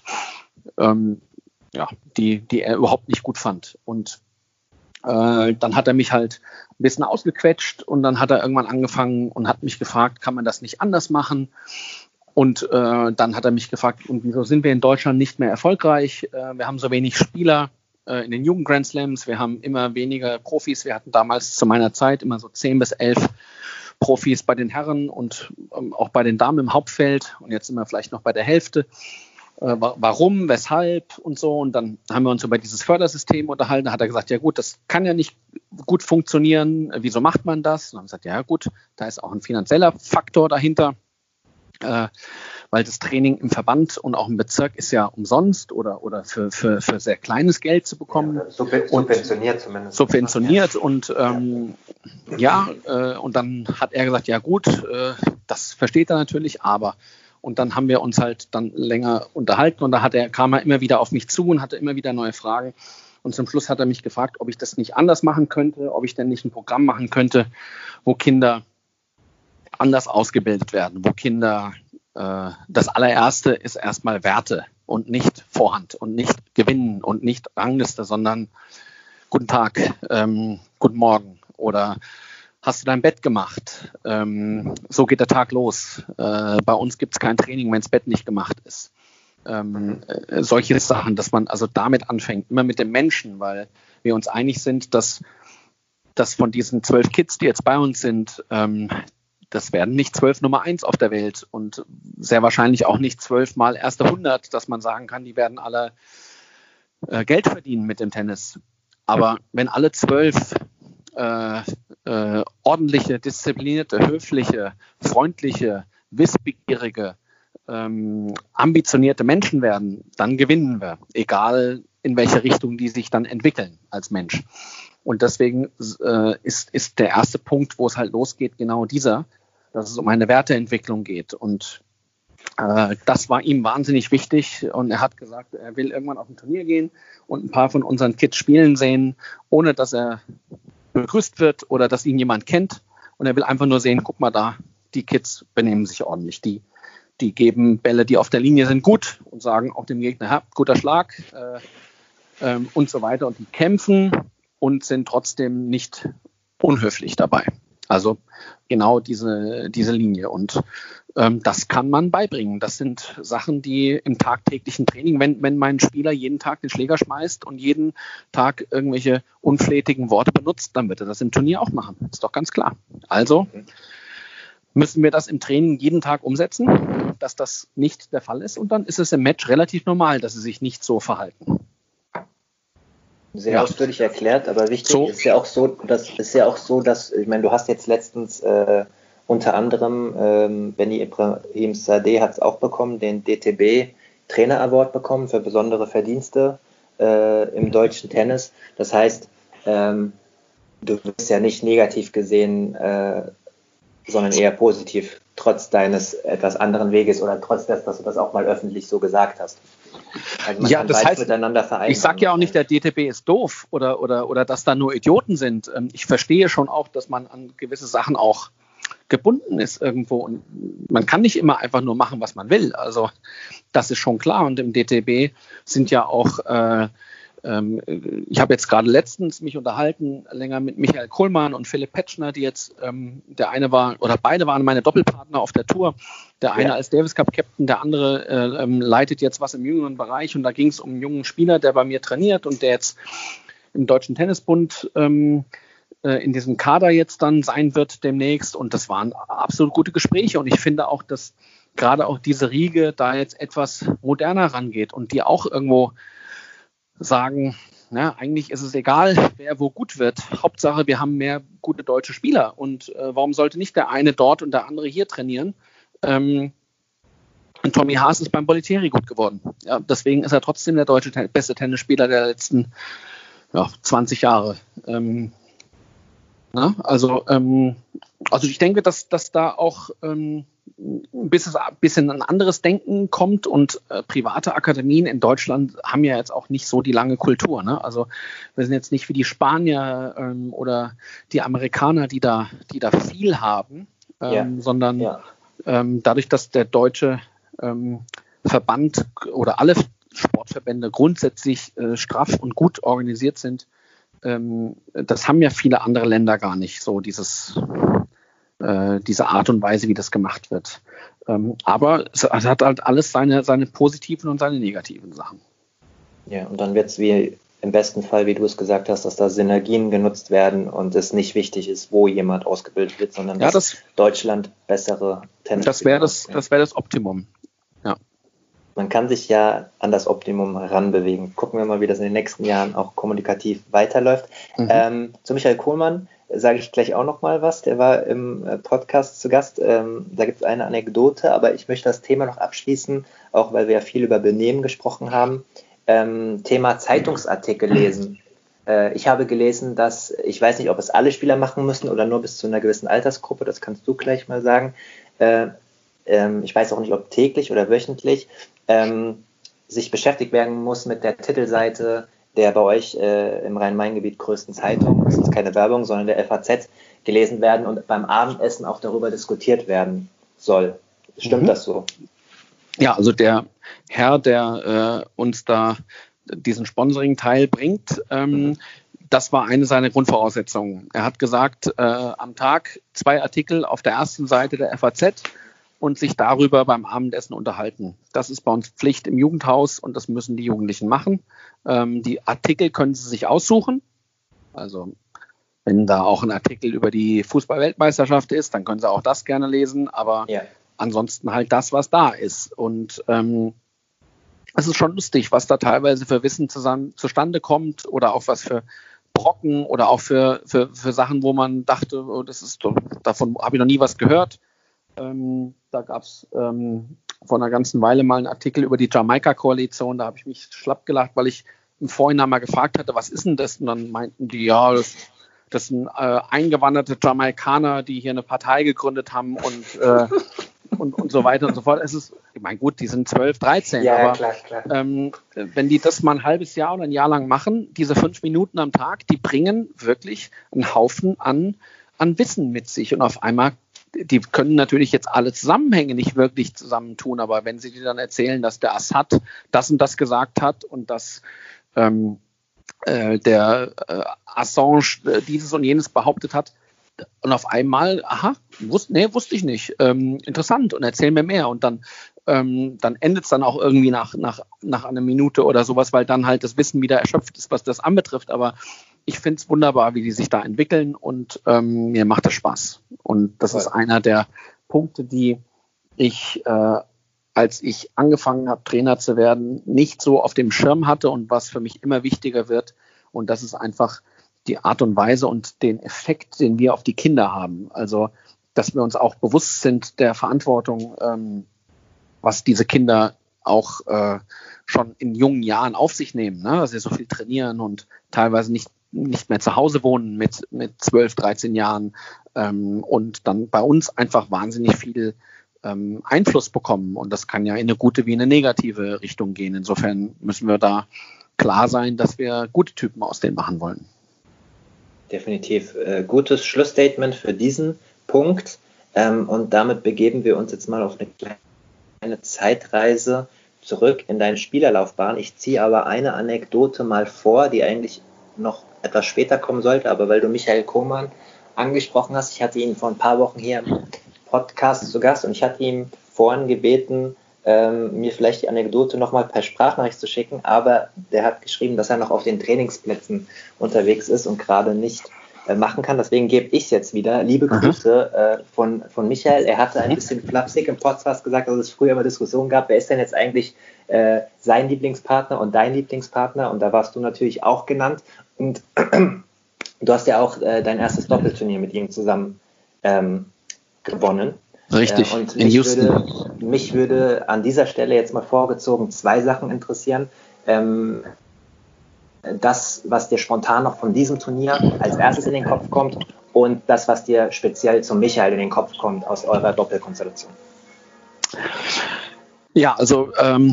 die er überhaupt nicht gut fand. Und dann hat er mich halt ein bisschen ausgequetscht und dann hat er irgendwann angefangen und hat mich gefragt, kann man das nicht anders machen? Und dann hat er mich gefragt, und wieso sind wir in Deutschland nicht mehr erfolgreich? Wir haben so wenig Spieler in den Jugend-Grand Slams, wir haben immer weniger Profis. Wir hatten damals zu meiner Zeit immer so 10 bis 11 Profis bei den Herren und auch bei den Damen im Hauptfeld. Und jetzt sind wir vielleicht noch bei der Hälfte. Warum, weshalb und so. Und dann haben wir uns über dieses Fördersystem unterhalten. Da hat er gesagt, ja gut, das kann ja nicht gut funktionieren. Wieso macht man das? Und dann haben wir gesagt, ja gut, da ist auch ein finanzieller Faktor dahinter. Weil das Training im Verband und auch im Bezirk ist ja umsonst oder für sehr kleines Geld zu bekommen. Ja, subventioniert zumindest. Subventioniert und und dann hat er gesagt, ja gut, das versteht er natürlich, aber und dann haben wir uns halt dann länger unterhalten und da kam er immer wieder auf mich zu und hatte immer wieder neue Fragen. Und zum Schluss hat er mich gefragt, ob ich das nicht anders machen könnte, ob ich denn nicht ein Programm machen könnte, wo Kinder anders ausgebildet werden, wo Kinder, das allererste ist erstmal Werte und nicht Vorhand und nicht Gewinnen und nicht Rangliste, sondern guten Tag, guten Morgen oder hast du dein Bett gemacht? So geht der Tag los. Bei uns gibt es kein Training, wenn das Bett nicht gemacht ist. Solche Sachen, dass man also damit anfängt, immer mit dem Menschen, weil wir uns einig sind, dass von diesen 12 Kids, die jetzt bei uns sind, das werden nicht 12 Nummer 1 auf der Welt und sehr wahrscheinlich auch nicht 12 mal erste 100, dass man sagen kann, die werden alle Geld verdienen mit dem Tennis. Aber wenn alle 12 ordentliche, disziplinierte, höfliche, freundliche, wissbegierige, ambitionierte Menschen werden, dann gewinnen wir, egal in welche Richtung die sich dann entwickeln als Mensch. Und deswegen ist der erste Punkt, wo es halt losgeht, genau dieser, dass es um eine Werteentwicklung geht. Und das war ihm wahnsinnig wichtig. Und er hat gesagt, er will irgendwann auf ein Turnier gehen und ein paar von unseren Kids spielen sehen, ohne dass er begrüßt wird oder dass ihn jemand kennt. Und er will einfach nur sehen, guck mal da, die Kids benehmen sich ordentlich. Die geben Bälle, die auf der Linie sind, gut und sagen auch dem Gegner, guter Schlag und so weiter. Und die kämpfen und sind trotzdem nicht unhöflich dabei. Also genau diese Linie. Und das kann man beibringen. Das sind Sachen, die im tagtäglichen Training, wenn mein Spieler jeden Tag den Schläger schmeißt und jeden Tag irgendwelche unflätigen Worte benutzt, dann wird er das im Turnier auch machen. Ist doch ganz klar. Also müssen wir das im Training jeden Tag umsetzen, dass das nicht der Fall ist. Und dann ist es im Match relativ normal, dass sie sich nicht so verhalten. Sehr ausführlich erklärt, aber wichtig ist ja auch so, dass, ich meine, du hast jetzt letztens unter anderem Benny Ibrahimzadeh hat es auch bekommen, den DTB Trainer Award bekommen für besondere Verdienste im deutschen Tennis. Das heißt, du wirst ja nicht negativ gesehen, sondern eher positiv, trotz deines etwas anderen Weges oder trotz dessen, dass du das auch mal öffentlich so gesagt hast. Also man kann das heißt, miteinander vereinbaren. Ich sage ja auch nicht, der DTB ist doof oder dass da nur Idioten sind. Ich verstehe schon auch, dass man an gewisse Sachen auch gebunden ist irgendwo und man kann nicht immer einfach nur machen, was man will. Also das ist schon klar und im DTB sind ja auch Ich habe jetzt gerade letztens mich unterhalten, länger mit Michael Kohlmann und Philipp Petschner, die jetzt, der eine war, oder beide waren meine Doppelpartner auf der Tour. Der eine als Davis Cup Captain, der andere leitet jetzt was im jüngeren Bereich. Und da ging es um einen jungen Spieler, der bei mir trainiert und der jetzt im Deutschen Tennisbund in diesem Kader jetzt dann sein wird demnächst. Und das waren absolut gute Gespräche. Und ich finde auch, dass gerade auch diese Riege da jetzt etwas moderner rangeht und die auch irgendwo sagen, na, eigentlich ist es egal, wer wo gut wird. Hauptsache, wir haben mehr gute deutsche Spieler. Und warum sollte nicht der eine dort und der andere hier trainieren? Und Tommy Haas ist beim Bollettieri gut geworden. Ja, deswegen ist er trotzdem der deutsche beste Tennisspieler der letzten 20 Jahre. Also ich denke, dass da auch ein bisschen ein anderes Denken kommt und private Akademien in Deutschland haben ja jetzt auch nicht so die lange Kultur. Ne? Also wir sind jetzt nicht wie die Spanier oder die Amerikaner, die da viel haben, sondern dadurch, dass der deutsche Verband oder alle Sportverbände grundsätzlich straff und gut organisiert sind, das haben ja viele andere Länder gar nicht, so diese Art und Weise, wie das gemacht wird. Aber es hat halt alles seine positiven und seine negativen Sachen. Ja, und dann wird es wie im besten Fall, wie du es gesagt hast, dass da Synergien genutzt werden und es nicht wichtig ist, wo jemand ausgebildet wird, sondern dass Deutschland bessere Tennis. Das wäre das Optimum. Ja. Man kann sich ja an das Optimum heranbewegen. Gucken wir mal, wie das in den nächsten Jahren auch kommunikativ weiterläuft. Zu Michael Kohlmann sage ich gleich auch noch mal was. Der war im Podcast zu Gast. Da gibt es eine Anekdote, aber ich möchte das Thema noch abschließen, auch weil wir ja viel über Benehmen gesprochen haben. Thema Zeitungsartikel lesen. Ich habe gelesen, dass, ich weiß nicht, ob es alle Spieler machen müssen oder nur bis zu einer gewissen Altersgruppe, das kannst du gleich mal sagen. Ich weiß auch nicht, ob täglich oder wöchentlich, sich beschäftigt werden muss mit der Titelseite der bei euch im Rhein-Main-Gebiet größten Zeitung, das ist keine Werbung, sondern der FAZ, gelesen werden und beim Abendessen auch darüber diskutiert werden soll. Stimmt das so? Ja, also der Herr, der uns da diesen Sponsoring-Teil bringt, das war eine seiner Grundvoraussetzungen. Er hat gesagt, am Tag 2 Artikel auf der ersten Seite der FAZ und sich darüber beim Abendessen unterhalten. Das ist bei uns Pflicht im Jugendhaus und das müssen die Jugendlichen machen. Die Artikel können sie sich aussuchen. Also wenn da auch ein Artikel über die Fußball-Weltmeisterschaft ist, dann können sie auch das gerne lesen, aber ansonsten halt das, was da ist. Und es ist schon lustig, was da teilweise für Wissen zustande kommt oder auch was für Brocken oder auch für Sachen, wo man dachte, oh, davon habe ich noch nie was gehört. Da gab es vor einer ganzen Weile mal einen Artikel über die Jamaika-Koalition. Da habe ich mich schlapp gelacht, weil ich im Vorhinein mal gefragt hatte, was ist denn das? Und dann meinten die, ja, das sind eingewanderte Jamaikaner, die hier eine Partei gegründet haben und so weiter und so fort. Es ist, ich meine, gut, die sind 12, 13, aber klar. Wenn die das mal ein halbes Jahr oder ein Jahr lang machen, diese 5 Minuten am Tag, die bringen wirklich einen Haufen an Wissen mit sich und auf einmal, die können natürlich jetzt alle Zusammenhänge nicht wirklich zusammentun, aber wenn sie dir dann erzählen, dass der Assad das und das gesagt hat und dass der Assange dieses und jenes behauptet hat und auf einmal, wusste ich nicht, interessant und erzähl mir mehr und dann endet es dann auch irgendwie nach einer Minute oder sowas, weil dann halt das Wissen wieder erschöpft ist, was das anbetrifft, aber ich finde es wunderbar, wie die sich da entwickeln und mir macht das Spaß. Und das ist einer der Punkte, die ich, als ich angefangen habe, Trainer zu werden, nicht so auf dem Schirm hatte und was für mich immer wichtiger wird. Und das ist einfach die Art und Weise und den Effekt, den wir auf die Kinder haben. Also, dass wir uns auch bewusst sind der Verantwortung, was diese Kinder auch schon in jungen Jahren auf sich nehmen, ne? Dass sie so viel trainieren und teilweise nicht mehr zu Hause wohnen mit 12, 13 Jahren und dann bei uns einfach wahnsinnig viel Einfluss bekommen. Und das kann ja in eine gute wie in eine negative Richtung gehen. Insofern müssen wir da klar sein, dass wir gute Typen aus denen machen wollen. Definitiv. Gutes Schlussstatement für diesen Punkt. Und damit begeben wir uns jetzt mal auf eine kleine Zeitreise zurück in deine Spielerlaufbahn. Ich ziehe aber eine Anekdote mal vor, die eigentlich noch etwas später kommen sollte, aber weil du Michael Kohlmann angesprochen hast, ich hatte ihn vor ein paar Wochen hier im Podcast zu Gast und ich hatte ihn vorhin gebeten, mir vielleicht die Anekdote nochmal per Sprachnachricht zu schicken, aber der hat geschrieben, dass er noch auf den Trainingsplätzen unterwegs ist und gerade nicht machen kann. Deswegen gebe ich es jetzt wieder. Liebe Grüße von Michael. Er hatte ein bisschen flapsig im Podcast gesagt, dass es früher immer Diskussionen gab, wer ist denn jetzt eigentlich sein Lieblingspartner und dein Lieblingspartner? Und da warst du natürlich auch genannt. Und du hast ja auch dein erstes Doppelturnier mit ihm zusammen gewonnen. Richtig, und in Houston. Mich würde an dieser Stelle jetzt mal vorgezogen 2 Sachen interessieren. Das, was dir spontan noch von diesem Turnier als erstes in den Kopf kommt und das, was dir speziell zum Michael in den Kopf kommt aus eurer Doppelkonstellation. Ja, also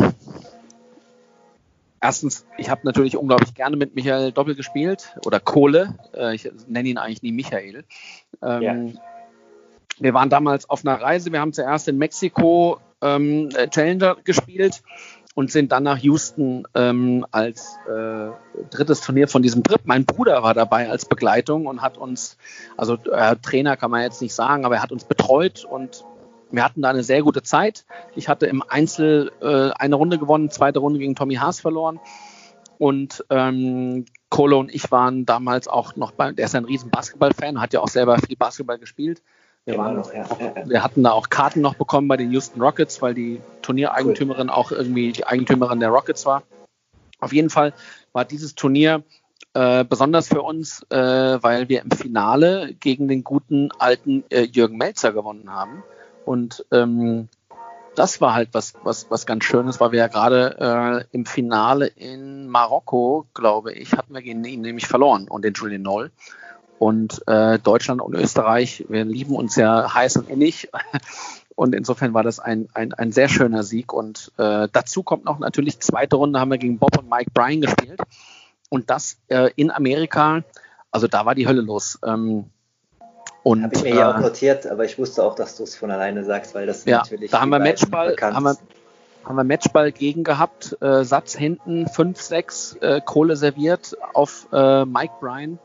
erstens, ich habe natürlich unglaublich gerne mit Michael Doppel gespielt oder Kohle. Ich nenne ihn eigentlich nie Michael. Wir waren damals auf einer Reise. Wir haben zuerst in Mexiko Challenger gespielt und sind dann nach Houston als drittes Turnier von diesem Trip. Mein Bruder war dabei als Begleitung und hat uns, also Trainer kann man jetzt nicht sagen, aber er hat uns betreut und wir hatten da eine sehr gute Zeit. Ich hatte im Einzel eine Runde gewonnen, zweite Runde gegen Tommy Haas verloren. Und Kolo und ich waren damals auch noch der ist ein riesen Basketball-Fan, hat ja auch selber viel Basketball gespielt. Wir hatten da auch Karten noch bekommen bei den Houston Rockets, weil die Turniereigentümerin auch irgendwie die Eigentümerin der Rockets war. Auf jeden Fall war dieses Turnier besonders für uns, weil wir im Finale gegen den guten alten Jürgen Melzer gewonnen haben. Und das war halt was ganz Schönes, weil wir ja gerade im Finale in Marokko, glaube ich, hatten wir gegen ihn nämlich verloren und den Julian Noll. Und Deutschland und Österreich, wir lieben uns ja heiß und innig. Und insofern war das ein sehr schöner Sieg. Und dazu kommt noch natürlich, zweite Runde haben wir gegen Bob und Mike Bryan gespielt. Und das in Amerika, also da war die Hölle los. Habe ich mir hier auch notiert, aber ich wusste auch, dass du es von alleine sagst, weil das natürlich da haben wir Matchball gegen gehabt, Satz hinten, 5-6, Kohle serviert auf Mike Bryan.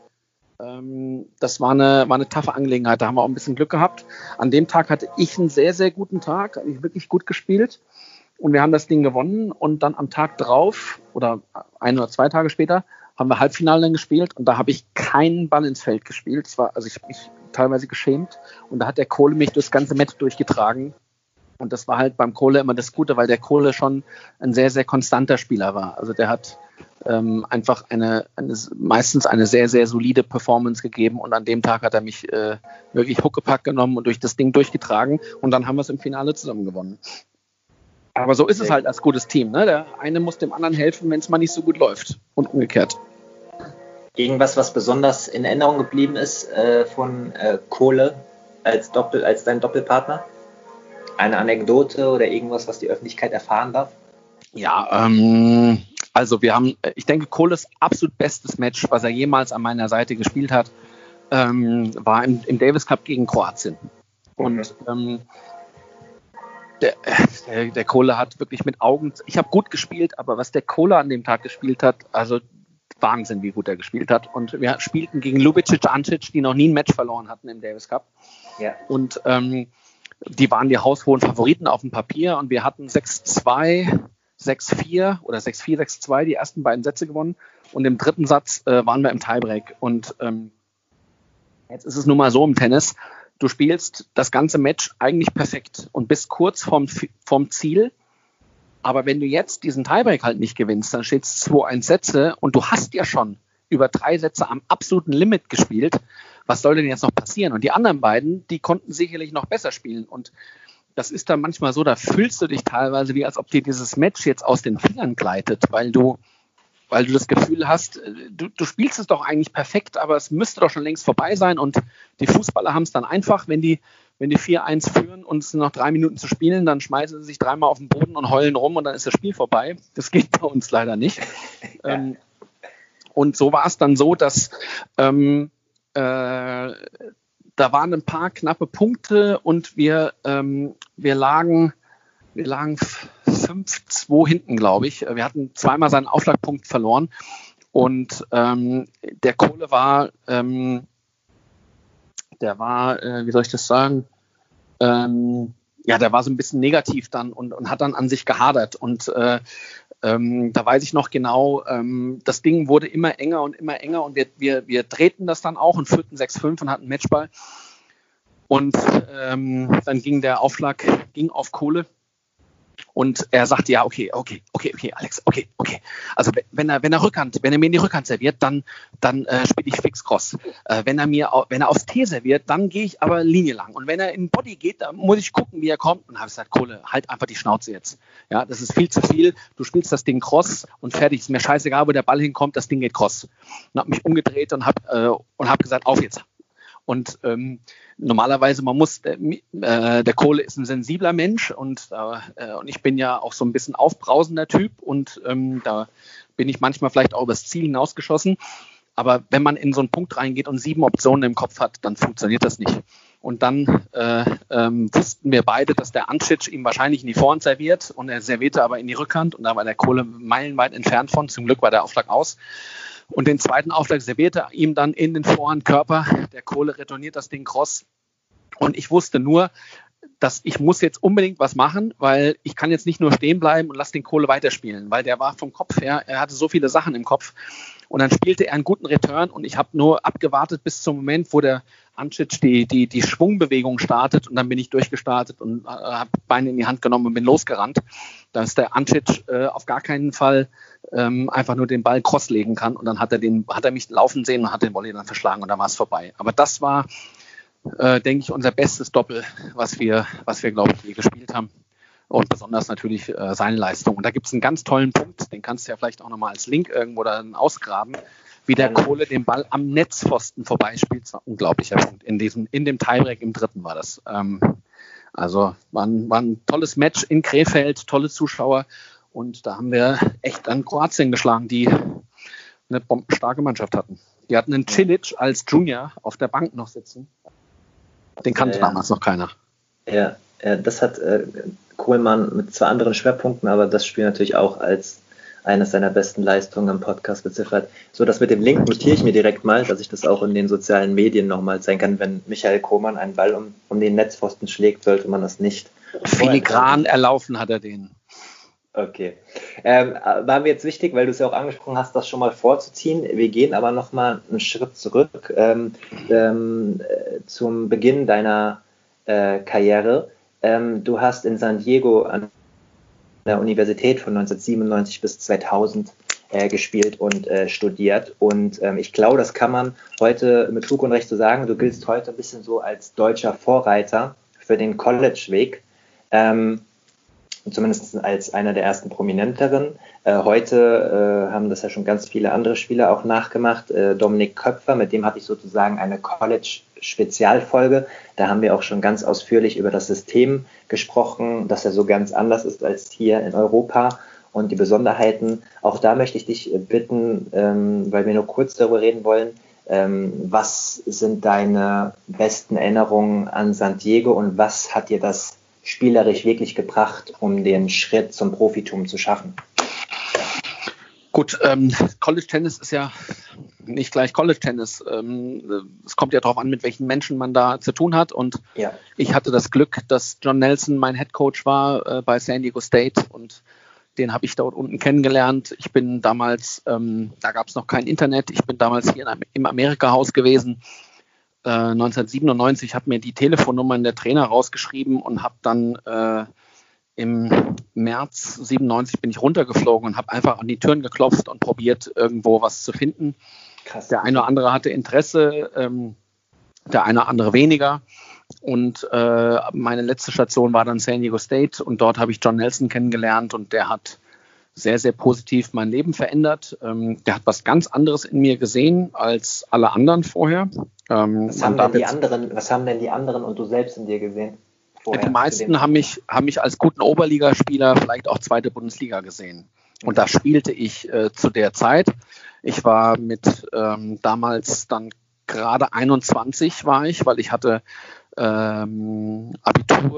Das war eine taffe Angelegenheit, da haben wir auch ein bisschen Glück gehabt. An dem Tag hatte ich einen sehr, sehr guten Tag, habe ich wirklich gut gespielt und wir haben das Ding gewonnen und dann am Tag drauf oder 1 oder 2 Tage später haben wir Halbfinale dann gespielt und da habe ich keinen Ball ins Feld gespielt. Ich mich teilweise geschämt und da hat der Kohle mich durchs ganze Match durchgetragen und das war halt beim Kohle immer das Gute, weil der Kohle schon ein sehr, sehr konstanter Spieler war. Also der hat einfach meistens eine sehr, sehr solide Performance gegeben und an dem Tag hat er mich wirklich Huckepack genommen und durch das Ding durchgetragen und dann haben wir es im Finale zusammen gewonnen. Aber so ist es halt als gutes Team, ne? Der eine muss dem anderen helfen, wenn es mal nicht so gut läuft und umgekehrt. Irgendwas, was besonders in Erinnerung geblieben ist von Kohle als dein Doppelpartner? Eine Anekdote oder irgendwas, was die Öffentlichkeit erfahren darf? Ja, also ich denke, Kohles absolut bestes Match, was er jemals an meiner Seite gespielt hat, war im Davis Cup gegen Kroatien. Und der Kohle hat wirklich mit Augen, ich habe gut gespielt, aber was der Kohle an dem Tag gespielt hat, also Wahnsinn, wie gut er gespielt hat. Und wir spielten gegen Lubicic, Ancic, die noch nie ein Match verloren hatten im Davis Cup. Ja. Und die waren die haushohen Favoriten auf dem Papier und wir hatten 6-2, 6-4 oder 6-4, 6-2 die ersten beiden Sätze gewonnen und im dritten Satz waren wir im Tiebreak und jetzt ist es nun mal so im Tennis, du spielst das ganze Match eigentlich perfekt und bist kurz vom Ziel, aber wenn du jetzt diesen Tiebreak halt nicht gewinnst, dann steht es 2-1 Sätze und du hast ja schon über 3 Sätze am absoluten Limit gespielt. Was soll denn jetzt noch passieren? Und die anderen beiden, die konnten sicherlich noch besser spielen und das ist dann manchmal so, da fühlst du dich teilweise wie, als ob dir dieses Match jetzt aus den Fingern gleitet, weil du das Gefühl hast, du spielst es doch eigentlich perfekt, aber es müsste doch schon längst vorbei sein und die Fußballer haben es dann einfach, wenn die 4-1 führen und es sind noch 3 Minuten zu spielen, dann schmeißen sie sich 3-mal auf den Boden und heulen rum und dann ist das Spiel vorbei. Das geht bei uns leider nicht. Ja. Und so war es dann so, dass da waren ein paar knappe Punkte und wir lagen 5-2 hinten, glaube ich. Wir hatten zweimal seinen Aufschlagpunkt verloren und der Kohle war, wie soll ich das sagen, der war so ein bisschen negativ dann und hat dann an sich gehadert und da weiß ich noch genau, das Ding wurde immer enger und wir drehten das dann auch und führten 6-5 und hatten Matchball. Und dann ging der Aufschlag auf Kohle und er sagte, ja, okay, Alex, okay. Also wenn er mir in die Rückhand serviert, dann spiele ich fix Cross. Wenn er aufs Tee serviert, dann gehe ich aber Linie lang. Und wenn er in Body geht, dann muss ich gucken, wie er kommt. Und dann habe ich gesagt, Kohle, halt einfach die Schnauze jetzt. Ja, das ist viel zu viel. Du spielst das Ding Cross und fertig. Ist mir scheißegal, wo der Ball hinkommt, das Ding geht Cross. Und habe mich umgedreht und hab gesagt, auf jetzt. Und normalerweise, der Kohle ist ein sensibler Mensch und ich bin ja auch so ein bisschen aufbrausender Typ und da bin ich manchmal vielleicht auch übers Ziel hinausgeschossen. Aber wenn man in so einen Punkt reingeht und 7 Optionen im Kopf hat, dann funktioniert das nicht. Und dann wussten wir beide, dass der Ancic ihm wahrscheinlich in die Vorhand serviert und er servierte aber in die Rückhand und da war der Kohle meilenweit entfernt von. Zum Glück war der Aufschlag aus. Und den zweiten Aufschlag servierte er ihm dann in den Vorhandkörper. Der Kohle retourniert das Ding Cross. Und ich wusste nur, dass ich muss jetzt unbedingt was machen, weil ich kann jetzt nicht nur stehen bleiben und lass den Kohle weiterspielen, weil der war vom Kopf her, er hatte so viele Sachen im Kopf. Und dann spielte er einen guten Return und ich habe nur abgewartet bis zum Moment, wo der Ancic die Schwungbewegung startet und dann bin ich durchgestartet und habe Beine in die Hand genommen und bin losgerannt. Da ist der Ancic auf gar keinen Fall einfach nur den Ball cross legen kann und dann hat er mich laufen sehen und hat den Volley dann verschlagen und dann war es vorbei. Aber das war, denke ich, unser bestes Doppel, was wir glaube ich, je gespielt haben. Und besonders natürlich seine Leistung. Und da gibt es einen ganz tollen Punkt, den kannst du ja vielleicht auch nochmal als Link irgendwo dann ausgraben, wie der Kohle den Ball am Netzpfosten vorbeispielt. Das war ein unglaublicher Punkt. In dem Tiebreak im dritten war das. Also war ein tolles Match in Krefeld, tolle Zuschauer. Und da haben wir echt dann Kroatien geschlagen, die eine bombenstarke Mannschaft hatten. Die hatten einen Cilic als Junior auf der Bank noch sitzen. Den kannte damals noch keiner. Ja, das hat Kohlmann mit 2 anderen Schwerpunkten, aber das Spiel natürlich auch als eines seiner besten Leistungen im Podcast beziffert. So, das mit dem Link notiere ich mir direkt mal, dass ich das auch in den sozialen Medien nochmal zeigen kann. Wenn Michael Kohlmann einen Ball um den Netzpfosten schlägt, sollte man das nicht. Filigran erlaufen hat er den. Okay. War mir jetzt wichtig, weil du es ja auch angesprochen hast, das schon mal vorzuziehen. Wir gehen aber nochmal einen Schritt zurück zum Beginn deiner Karriere. Du hast in San Diego an der Universität von 1997 bis 2000 gespielt und studiert. Und ich glaube, das kann man heute mit Fug und Recht so sagen. Du giltst heute ein bisschen so als deutscher Vorreiter für den College-Weg. Zumindest als einer der ersten prominenteren. Heute haben das ja schon ganz viele andere Spieler auch nachgemacht. Dominik Köpfer, mit dem hatte ich sozusagen eine College-Spezialfolge. Da haben wir auch schon ganz ausführlich über das System gesprochen, dass er so ganz anders ist als hier in Europa und die Besonderheiten. Auch da möchte ich dich bitten, weil wir nur kurz darüber reden wollen, was sind deine besten Erinnerungen an San Diego und was hat dir das spielerisch wirklich gebracht, um den Schritt zum Profitum zu schaffen? Gut, College-Tennis ist ja nicht gleich College-Tennis. Es kommt ja darauf an, mit welchen Menschen man da zu tun hat. Und ich hatte das Glück, dass John Nelson mein Headcoach war bei San Diego State und den habe ich dort unten kennengelernt. Ich bin damals, da gab es noch kein Internet, ich bin damals hier im Amerika-Haus gewesen. 1997 habe mir die Telefonnummern der Trainer rausgeschrieben und habe dann im März 97 bin ich runtergeflogen und habe einfach an die Türen geklopft und probiert, irgendwo was zu finden. Krass. Der eine oder andere hatte Interesse, der eine oder andere weniger. Und meine letzte Station war dann San Diego State und dort habe ich John Nelson kennengelernt und der hat sehr, sehr positiv mein Leben verändert. Der hat was ganz anderes in mir gesehen als alle anderen vorher. Was haben denn die anderen und du selbst in dir gesehen? Die meisten haben mich als guten Oberligaspieler, vielleicht auch zweite Bundesliga gesehen. Und da spielte ich zu der Zeit. Ich war mit damals dann gerade 21 war ich, weil ich hatte Abitur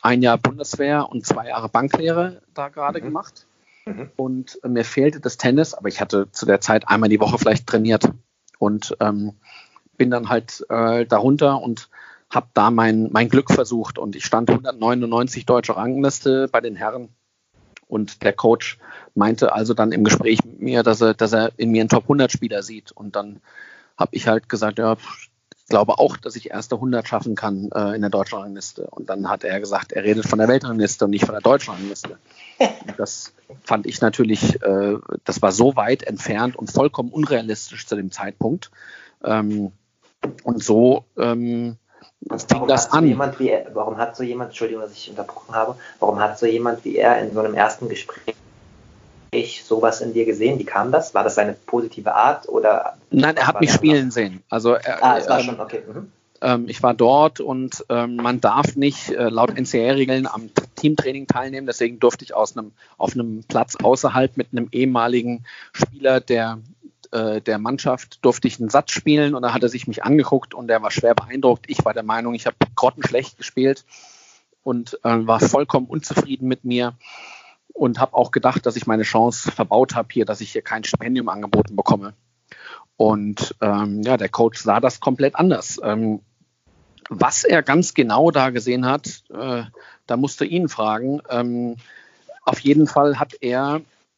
ein Jahr Bundeswehr und 2 Jahre Banklehre da gerade gemacht. Und mir fehlte das Tennis, aber ich hatte zu der Zeit einmal die Woche vielleicht trainiert und bin dann halt darunter und habe da mein Glück versucht. Und ich stand 199 deutsche Rangliste bei den Herren. Und der Coach meinte also dann im Gespräch mit mir, dass er in mir einen Top-100-Spieler sieht. Und dann habe ich halt gesagt, ja, ich glaube auch, dass ich erste 100 schaffen kann in der deutschen Rangliste. Und dann hat er gesagt, er redet von der Weltrangliste und nicht von der deutschen Rangliste. Und das fand ich natürlich, das war so weit entfernt und vollkommen unrealistisch zu dem Zeitpunkt. Und so fing das an. Warum hat so jemand, Entschuldigung, dass ich unterbrochen habe, warum hat so jemand wie er in so einem ersten Gespräch sowas in dir gesehen? Wie kam das? War das seine positive Art oder? Nein, er hat mich spielen sehen. Also es war schon okay. Ich war dort und man darf nicht laut NCAA-Regeln am Teamtraining teilnehmen. Deswegen durfte ich auf einem Platz außerhalb mit einem ehemaligen Spieler der Mannschaft durfte ich einen Satz spielen und da hat er sich mich angeguckt und der war schwer beeindruckt. Ich war der Meinung, ich habe grottenschlecht gespielt und war vollkommen unzufrieden mit mir und habe auch gedacht, dass ich meine Chance verbaut habe hier, dass ich hier kein Stipendium angeboten bekomme. Und der Coach sah das komplett anders. Was er ganz genau da gesehen hat, da musste ihn fragen. Auf jeden Fall hat er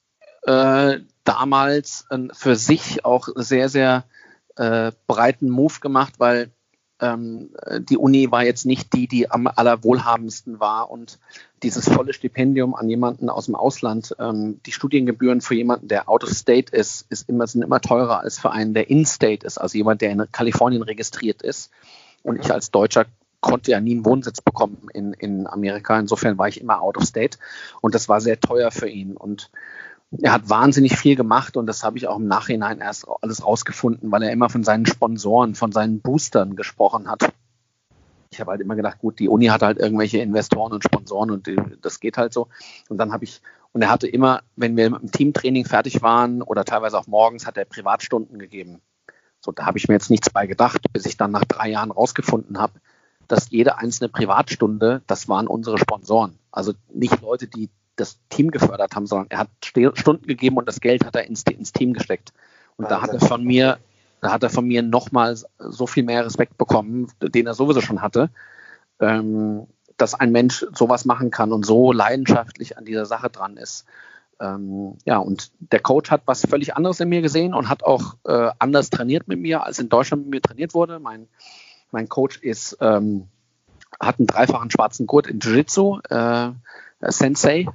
damals für sich auch sehr, sehr breiten Move gemacht, weil die Uni war jetzt nicht die am allerwohlhabendsten war und dieses volle Stipendium an jemanden aus dem Ausland, die Studiengebühren für jemanden, der out of state ist, sind immer teurer als für einen, der in state ist, also jemand, der in Kalifornien registriert ist. Und ich als Deutscher konnte ja nie einen Wohnsitz bekommen in Amerika. Insofern war ich immer out of state und das war sehr teuer für ihn. Und er hat wahnsinnig viel gemacht und das habe ich auch im Nachhinein erst alles rausgefunden, weil er immer von seinen Sponsoren, von seinen Boostern gesprochen hat. Ich habe halt immer gedacht, gut, die Uni hat halt irgendwelche Investoren und Sponsoren und das geht halt so. Und er hatte immer, wenn wir mit dem Teamtraining fertig waren oder teilweise auch morgens, hat er Privatstunden gegeben. So, da habe ich mir jetzt nichts bei gedacht, bis ich dann nach 3 Jahren rausgefunden habe, dass jede einzelne Privatstunde, das waren unsere Sponsoren. Also nicht Leute, die das Team gefördert haben, sondern er hat Stunden gegeben und das Geld hat er ins Team gesteckt. Und da hat er von mir nochmal so viel mehr Respekt bekommen, den er sowieso schon hatte, dass ein Mensch sowas machen kann und so leidenschaftlich an dieser Sache dran ist. Und der Coach hat was völlig anderes in mir gesehen und hat auch anders trainiert mit mir, als in Deutschland mit mir trainiert wurde. Mein Coach hat einen 3-fachen schwarzen Gurt in Jiu-Jitsu, Sensei,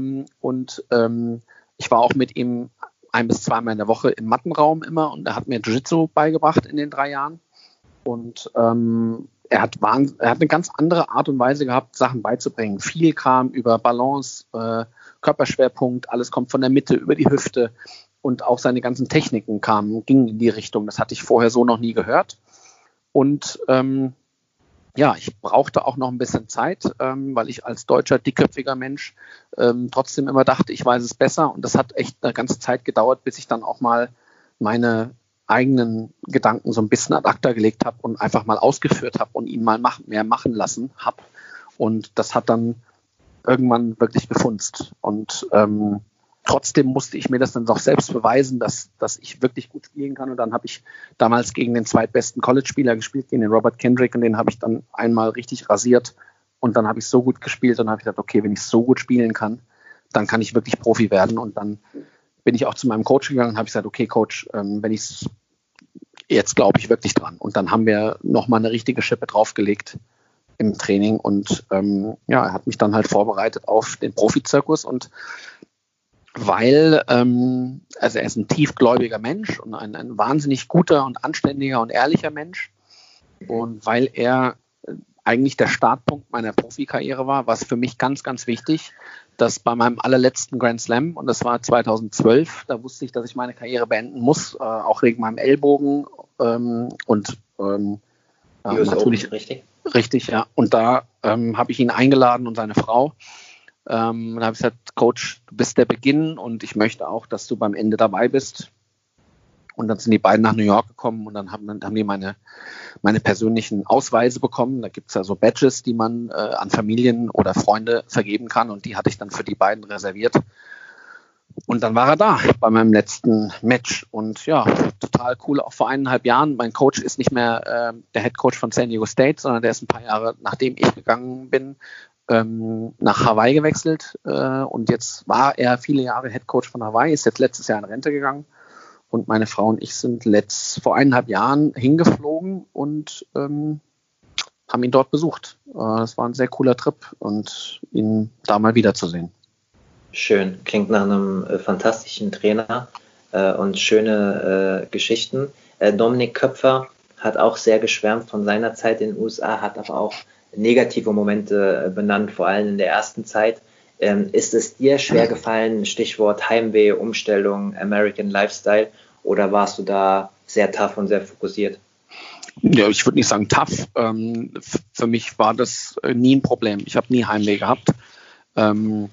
ich war auch mit ihm 1 bis 2 Mal in der Woche im Mattenraum immer und er hat mir Jiu-Jitsu beigebracht in den 3 Jahren und er hat eine ganz andere Art und Weise gehabt, Sachen beizubringen. Viel kam über Balance, Körperschwerpunkt, alles kommt von der Mitte über die Hüfte und auch seine ganzen Techniken gingen in die Richtung. Das hatte ich vorher so noch nie gehört und ich brauchte auch noch ein bisschen Zeit, weil ich als deutscher, dickköpfiger Mensch trotzdem immer dachte, ich weiß es besser. Und das hat echt eine ganze Zeit gedauert, bis ich dann auch mal meine eigenen Gedanken so ein bisschen ad acta gelegt habe und einfach mal ausgeführt habe und ihn mal mehr machen lassen habe. Und das hat dann irgendwann wirklich gefunzt. Und trotzdem musste ich mir das dann doch selbst beweisen, dass ich wirklich gut spielen kann. Und dann habe ich damals gegen den zweitbesten College-Spieler gespielt, gegen den Robert Kendrick. Und den habe ich dann einmal richtig rasiert. Und dann habe ich so gut gespielt und habe ich gedacht, okay, wenn ich so gut spielen kann, dann kann ich wirklich Profi werden. Und dann bin ich auch zu meinem Coach gegangen und habe gesagt, okay, Coach, jetzt glaube ich wirklich dran. Und dann haben wir nochmal eine richtige Schippe draufgelegt im Training. Und er hat mich dann halt vorbereitet auf den Profizirkus und weil er ist ein tiefgläubiger Mensch und ein wahnsinnig guter und anständiger und ehrlicher Mensch und weil er eigentlich der Startpunkt meiner Profikarriere war, was für mich ganz, ganz wichtig, dass bei meinem allerletzten Grand Slam, und das war 2012, da wusste ich, dass ich meine Karriere beenden muss, auch wegen meinem Ellbogen natürlich richtig, ja. Und da habe ich ihn eingeladen und seine Frau. Da habe ich gesagt, Coach, du bist der Beginn und ich möchte auch, dass du beim Ende dabei bist. Und dann sind die beiden nach New York gekommen und dann haben die meine persönlichen Ausweise bekommen. Da gibt es ja so Badges, die man an Familien oder Freunde vergeben kann und die hatte ich dann für die beiden reserviert. Und dann war er da bei meinem letzten Match und ja, total cool, auch vor 1,5 Jahren. Mein Coach ist nicht mehr der Head Coach von San Diego State, sondern der ist ein paar Jahre, nachdem ich gegangen bin, nach Hawaii gewechselt und jetzt war er viele Jahre Head Coach von Hawaii, ist jetzt letztes Jahr in Rente gegangen. Und meine Frau und ich sind vor 1,5 Jahren hingeflogen und haben ihn dort besucht. Das war ein sehr cooler Trip und ihn da mal wiederzusehen. Schön, klingt nach einem fantastischen Trainer und schöne Geschichten. Dominik Köpfer hat auch sehr geschwärmt von seiner Zeit in den USA, hat aber auch negative Momente benannt, vor allem in der ersten Zeit. Ist es dir schwer gefallen, Stichwort Heimweh, Umstellung, American Lifestyle, oder warst du da sehr tough und sehr fokussiert? Ja, ich würde nicht sagen tough. Für mich war das nie ein Problem. Ich habe nie Heimweh gehabt. Bin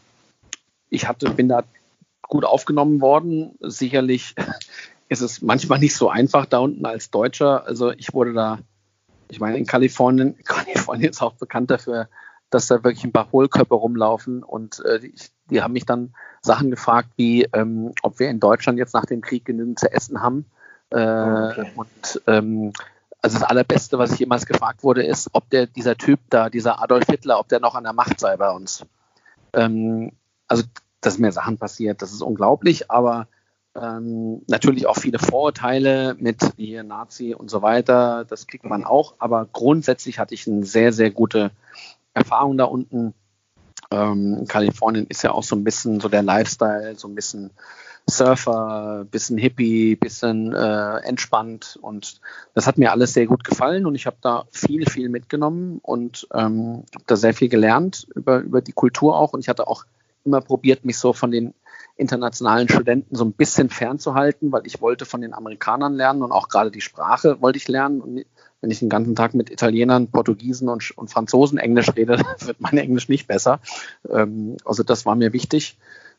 da gut aufgenommen worden. Sicherlich ist es manchmal nicht so einfach da unten als Deutscher. Also ich meine, in Kalifornien ist auch bekannt dafür, dass da wirklich ein paar Hohlköpfe rumlaufen und die haben mich dann Sachen gefragt, wie ob wir in Deutschland jetzt nach dem Krieg genügend zu essen haben. Okay. Und also das Allerbeste, was ich jemals gefragt wurde, ist, ob dieser Typ da, dieser Adolf Hitler, ob der noch an der Macht sei bei uns. Also dass mir Sachen passiert, das ist unglaublich, aber natürlich auch viele Vorurteile mit hier Nazi und so weiter, das kriegt man auch, aber grundsätzlich hatte ich eine sehr, sehr gute Erfahrung da unten. Kalifornien ist ja auch so ein bisschen so der Lifestyle, so ein bisschen Surfer, bisschen Hippie, bisschen entspannt und das hat mir alles sehr gut gefallen und ich habe da viel, viel mitgenommen und habe da sehr viel gelernt über die Kultur auch und ich hatte auch immer probiert, mich so von den internationalen Studenten so ein bisschen fernzuhalten, weil ich wollte von den Amerikanern lernen und auch gerade die Sprache wollte ich lernen. Und wenn ich den ganzen Tag mit Italienern, Portugiesen und Franzosen Englisch rede, wird mein Englisch nicht besser. Also das war mir wichtig.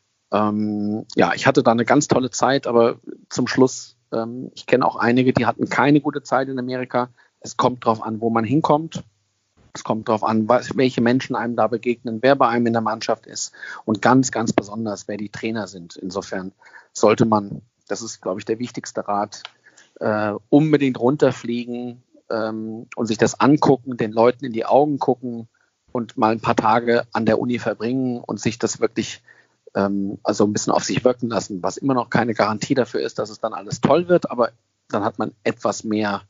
Ja, ich hatte da eine ganz tolle Zeit, aber zum Schluss, ich kenne auch einige, die hatten keine gute Zeit in Amerika. Es kommt drauf an, wo man hinkommt. Es kommt darauf an, welche Menschen einem da begegnen, wer bei einem in der Mannschaft ist und ganz, ganz besonders, wer die Trainer sind. Insofern sollte man, das ist, glaube ich, der wichtigste Rat, unbedingt runterfliegen und sich das angucken, den Leuten in die Augen gucken und mal ein paar Tage an der Uni verbringen und sich das wirklich also ein bisschen auf sich wirken lassen, was immer noch keine Garantie dafür ist, dass es dann alles toll wird, aber dann hat man etwas mehr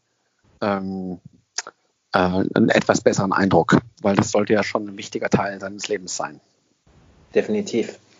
einen etwas besseren Eindruck, weil das sollte ja schon ein wichtiger Teil seines Lebens sein. Definitiv.